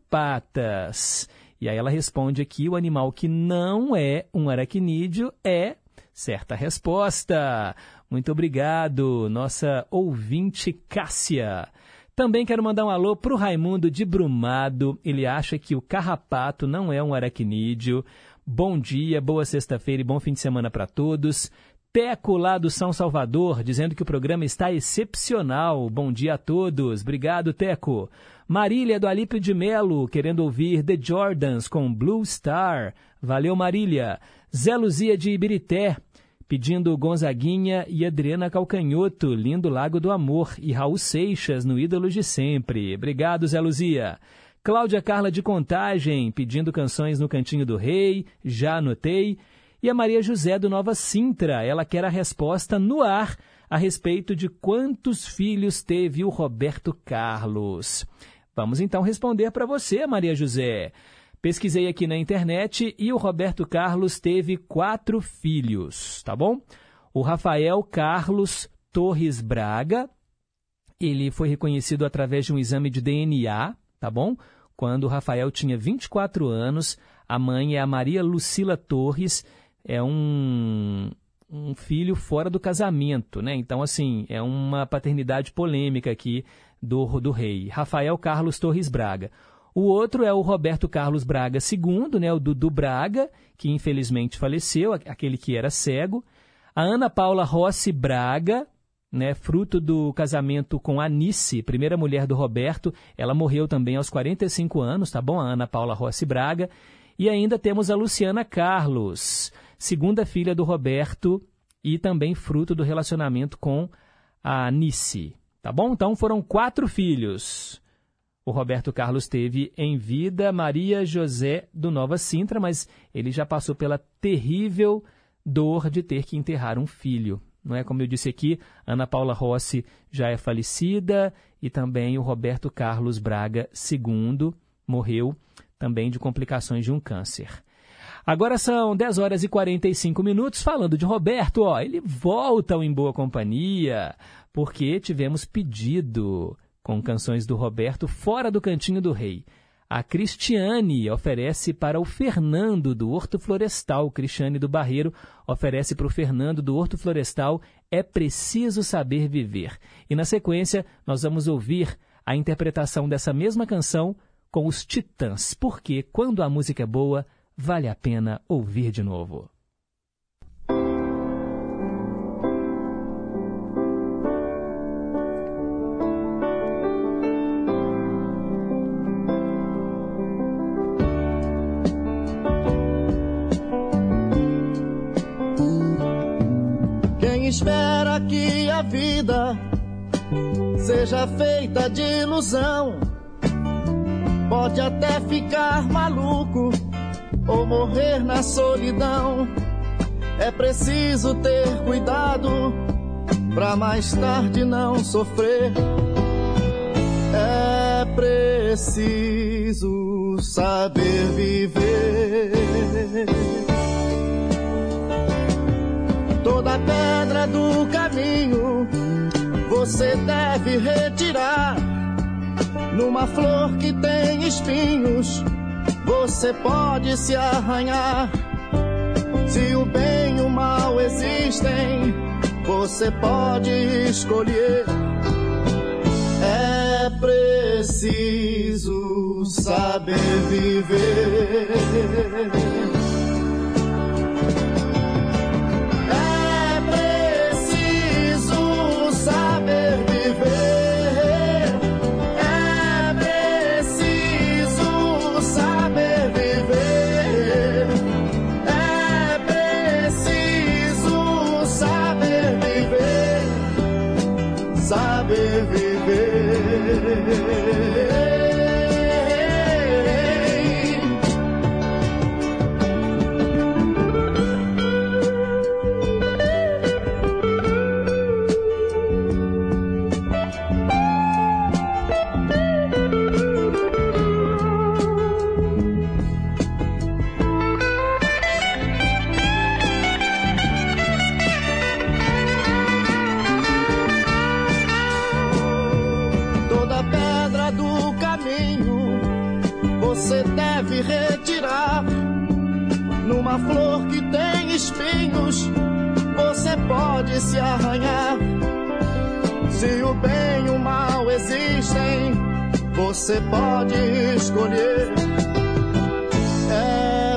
patas. E aí ela responde aqui, o animal que não é um aracnídeo é... Certa resposta. Muito obrigado, nossa ouvinte Cássia. Também quero mandar um alô para o Raimundo de Brumado. Ele acha que o carrapato não é um aracnídeo. Bom dia, boa sexta-feira e bom fim de semana para todos. Teco lá do São Salvador, dizendo que o programa está excepcional. Bom dia a todos. Obrigado, Teco. Marília do Alípio de Melo, querendo ouvir The Jordans com Blue Star. Valeu, Marília. Zé Luzia de Ibirité, pedindo Gonzaguinha e Adriana Calcanhoto, Lindo Lago do Amor, e Raul Seixas no Ídolos de Sempre. Obrigado, Zé Luzia. Cláudia Carla de Contagem, pedindo canções no Cantinho do Rei, já anotei. E a Maria José do Nova Sintra, ela quer a resposta no ar a respeito de quantos filhos teve o Roberto Carlos. Vamos então responder para você, Maria José. Pesquisei aqui na internet e o Roberto Carlos teve 4 filhos, tá bom? O Rafael Carlos Torres Braga, ele foi reconhecido através de um exame de DNA, tá bom? Quando o Rafael tinha 24 anos, a mãe é a Maria Lucila Torres, é um filho fora do casamento, né? Então, assim, é uma paternidade polêmica aqui do rei. Rafael Carlos Torres Braga. O outro é o Roberto Carlos Braga II, né, o Dudu Braga, que infelizmente faleceu, aquele que era cego. A Ana Paula Rossi Braga, né, fruto do casamento com Anice, primeira mulher do Roberto, ela morreu também aos 45 anos, tá bom? A Ana Paula Rossi Braga. E ainda temos a Luciana Carlos, segunda filha do Roberto e também fruto do relacionamento com a Anice, tá bom? Então foram 4 filhos. O Roberto Carlos teve em vida Maria José do Nova Sintra, mas ele já passou pela terrível dor de ter que enterrar um filho. Não é? Como eu disse aqui, Ana Paula Rossi já é falecida e também o Roberto Carlos Braga II, morreu também de complicações de um câncer. Agora são 10 horas e 45 minutos, falando de Roberto, ele volta ao Em Boa Companhia, porque tivemos pedido com canções do Roberto fora do Cantinho do Rei. A Cristiane oferece para o Fernando do Horto Florestal. Cristiane do Barreiro oferece para o Fernando do Horto Florestal É Preciso Saber Viver. E na sequência nós vamos ouvir a interpretação dessa mesma canção com os Titãs, porque quando a música é boa, vale a pena ouvir de novo. Espera que a vida seja feita de ilusão. Pode até ficar maluco ou morrer na solidão. É preciso ter cuidado pra mais tarde não sofrer. É preciso saber viver. Toda pedra do caminho você deve retirar. Numa flor que tem espinhos você pode se arranhar. Se o bem e o mal existem, você pode escolher. É preciso saber viver. Retirar. Numa flor que tem espinhos você pode se arranhar. Se o bem e o mal existem, você pode escolher. É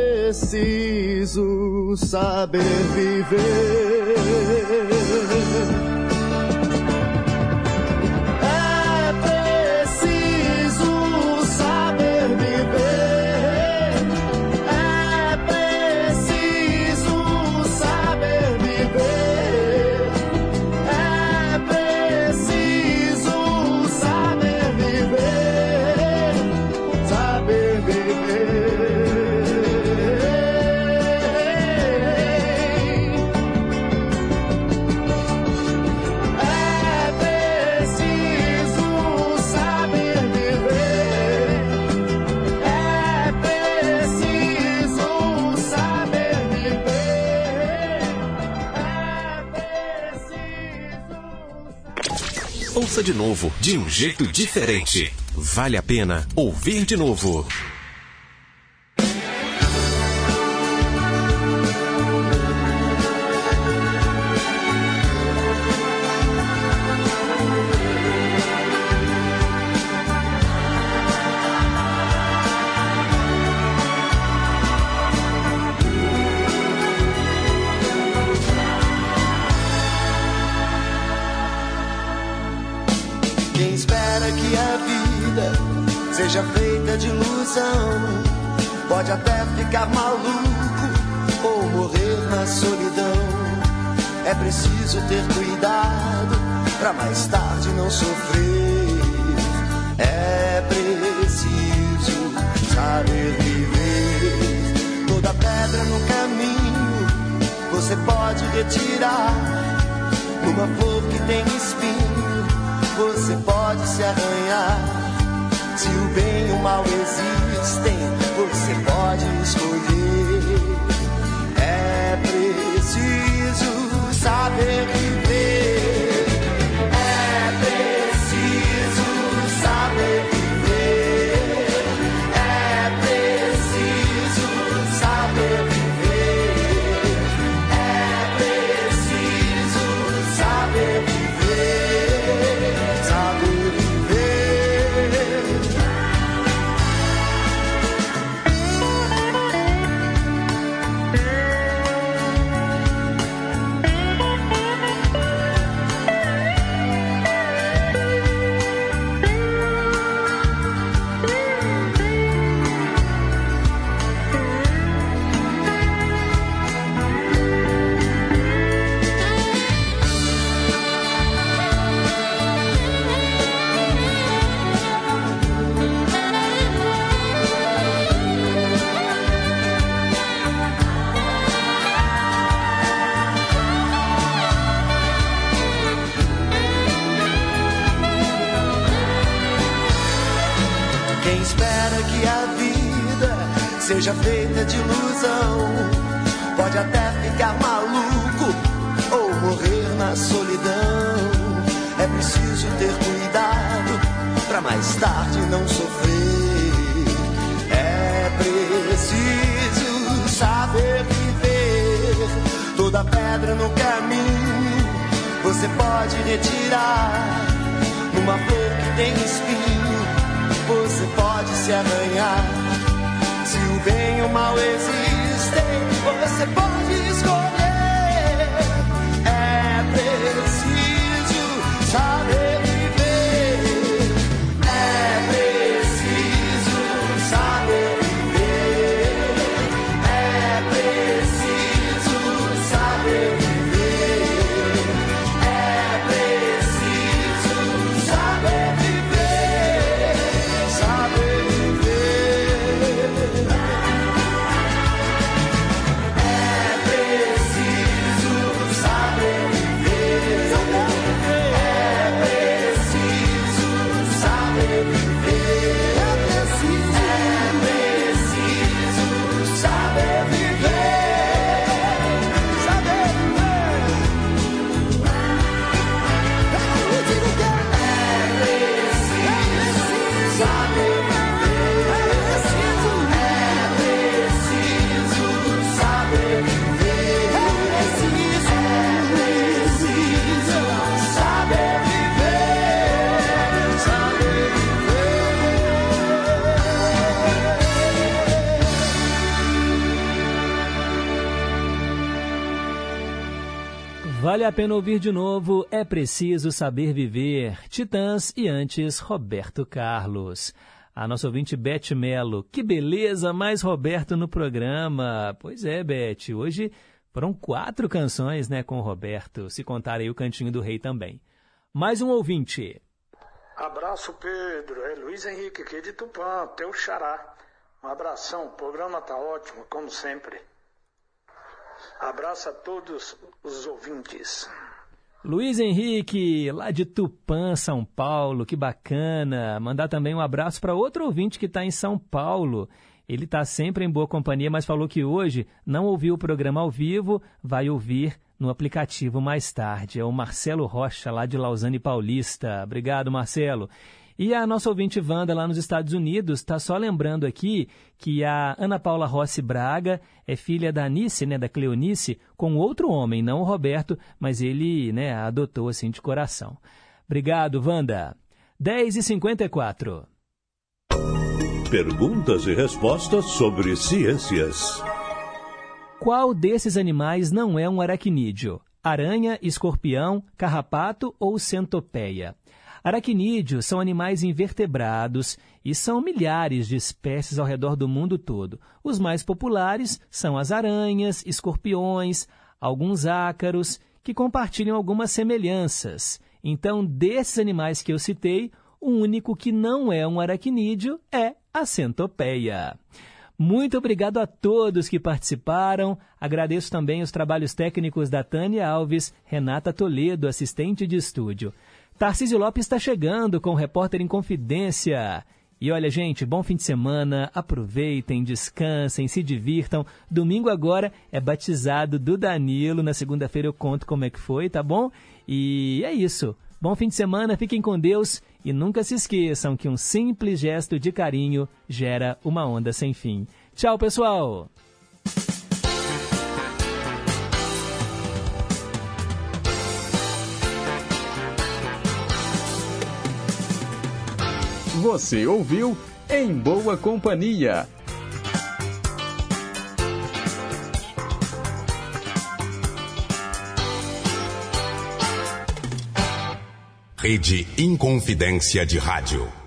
preciso saber viver. Ouça de novo, de um jeito diferente. Vale a pena ouvir de novo. Seja feita de ilusão, pode até ficar maluco ou morrer na solidão. É preciso ter cuidado pra mais tarde não sofrer. É preciso saber viver. Toda pedra no caminho você pode retirar. Numa flor que tem espinho você pode se arranhar. Se o bem e o mal existem, você pode escolher. É preciso saber viver. É preciso saber viver. É preciso saber viver. É preciso saber viver. Saber viver. Quem espera que a vida seja feita de ilusão pode até ficar maluco ou morrer na solidão. É preciso ter cuidado pra mais tarde não sofrer. É preciso saber viver. Toda pedra no caminho você pode retirar. Numa flor que tem espinho você pode se arranhar. Se o bem e o mal existem, você pode escolher. É preciso saber viver. É preciso saber viver. É preciso saber viver. É preciso saber viver. Saber viver. É preciso saber viver. É preciso saber viver. É preciso saber viver. Saber viver. Eu digo que é preciso saber viver. É preciso saber viver. É preciso saber viver. Saber Vale a pena ouvir de novo, é preciso saber viver. Titãs e antes Roberto Carlos. A nossa ouvinte Beth Melo. Que beleza, mais Roberto no programa. Pois é, Beth, hoje foram 4 canções, né, com o Roberto, se contar aí o Cantinho do Rei também. Mais um ouvinte. Abraço, Pedro. É Luiz Henrique aqui de Tupã, teu xará. Um abração, o programa tá ótimo, como sempre. Abraço a todos os ouvintes. Luiz Henrique, lá de Tupã, São Paulo, que bacana. Mandar também um abraço para outro ouvinte que está em São Paulo. Ele está sempre em boa companhia, mas falou que hoje não ouviu o programa ao vivo, vai ouvir no aplicativo mais tarde. É o Marcelo Rocha, lá de Lausanne Paulista. Obrigado, Marcelo. E a nossa ouvinte Wanda, lá nos Estados Unidos, está só lembrando aqui que a Ana Paula Rossi Braga é filha da Anice, né, da Cleonice, com outro homem, não o Roberto, mas ele, né, a adotou assim de coração. Obrigado, Wanda. 10h54. Perguntas e respostas sobre ciências. Qual desses animais não é um aracnídeo? Aranha, escorpião, carrapato ou centopeia? Aracnídeos são animais invertebrados e são milhares de espécies ao redor do mundo todo. Os mais populares são as aranhas, escorpiões, alguns ácaros, que compartilham algumas semelhanças. Então, desses animais que eu citei, o único que não é um aracnídeo é a centopeia. Muito obrigado a todos que participaram. Agradeço também os trabalhos técnicos da Tânia Alves, Renata Toledo, assistente de estúdio. Tarcísio Lopes está chegando com o Repórter em Confidência. E olha, gente, bom fim de semana, aproveitem, descansem, se divirtam. Domingo agora é batizado do Danilo, na segunda-feira eu conto como é que foi, tá bom? E é isso. Bom fim de semana, fiquem com Deus e nunca se esqueçam que um simples gesto de carinho gera uma onda sem fim. Tchau, pessoal! Você ouviu Em Boa Companhia. Rede Inconfidência de Rádio.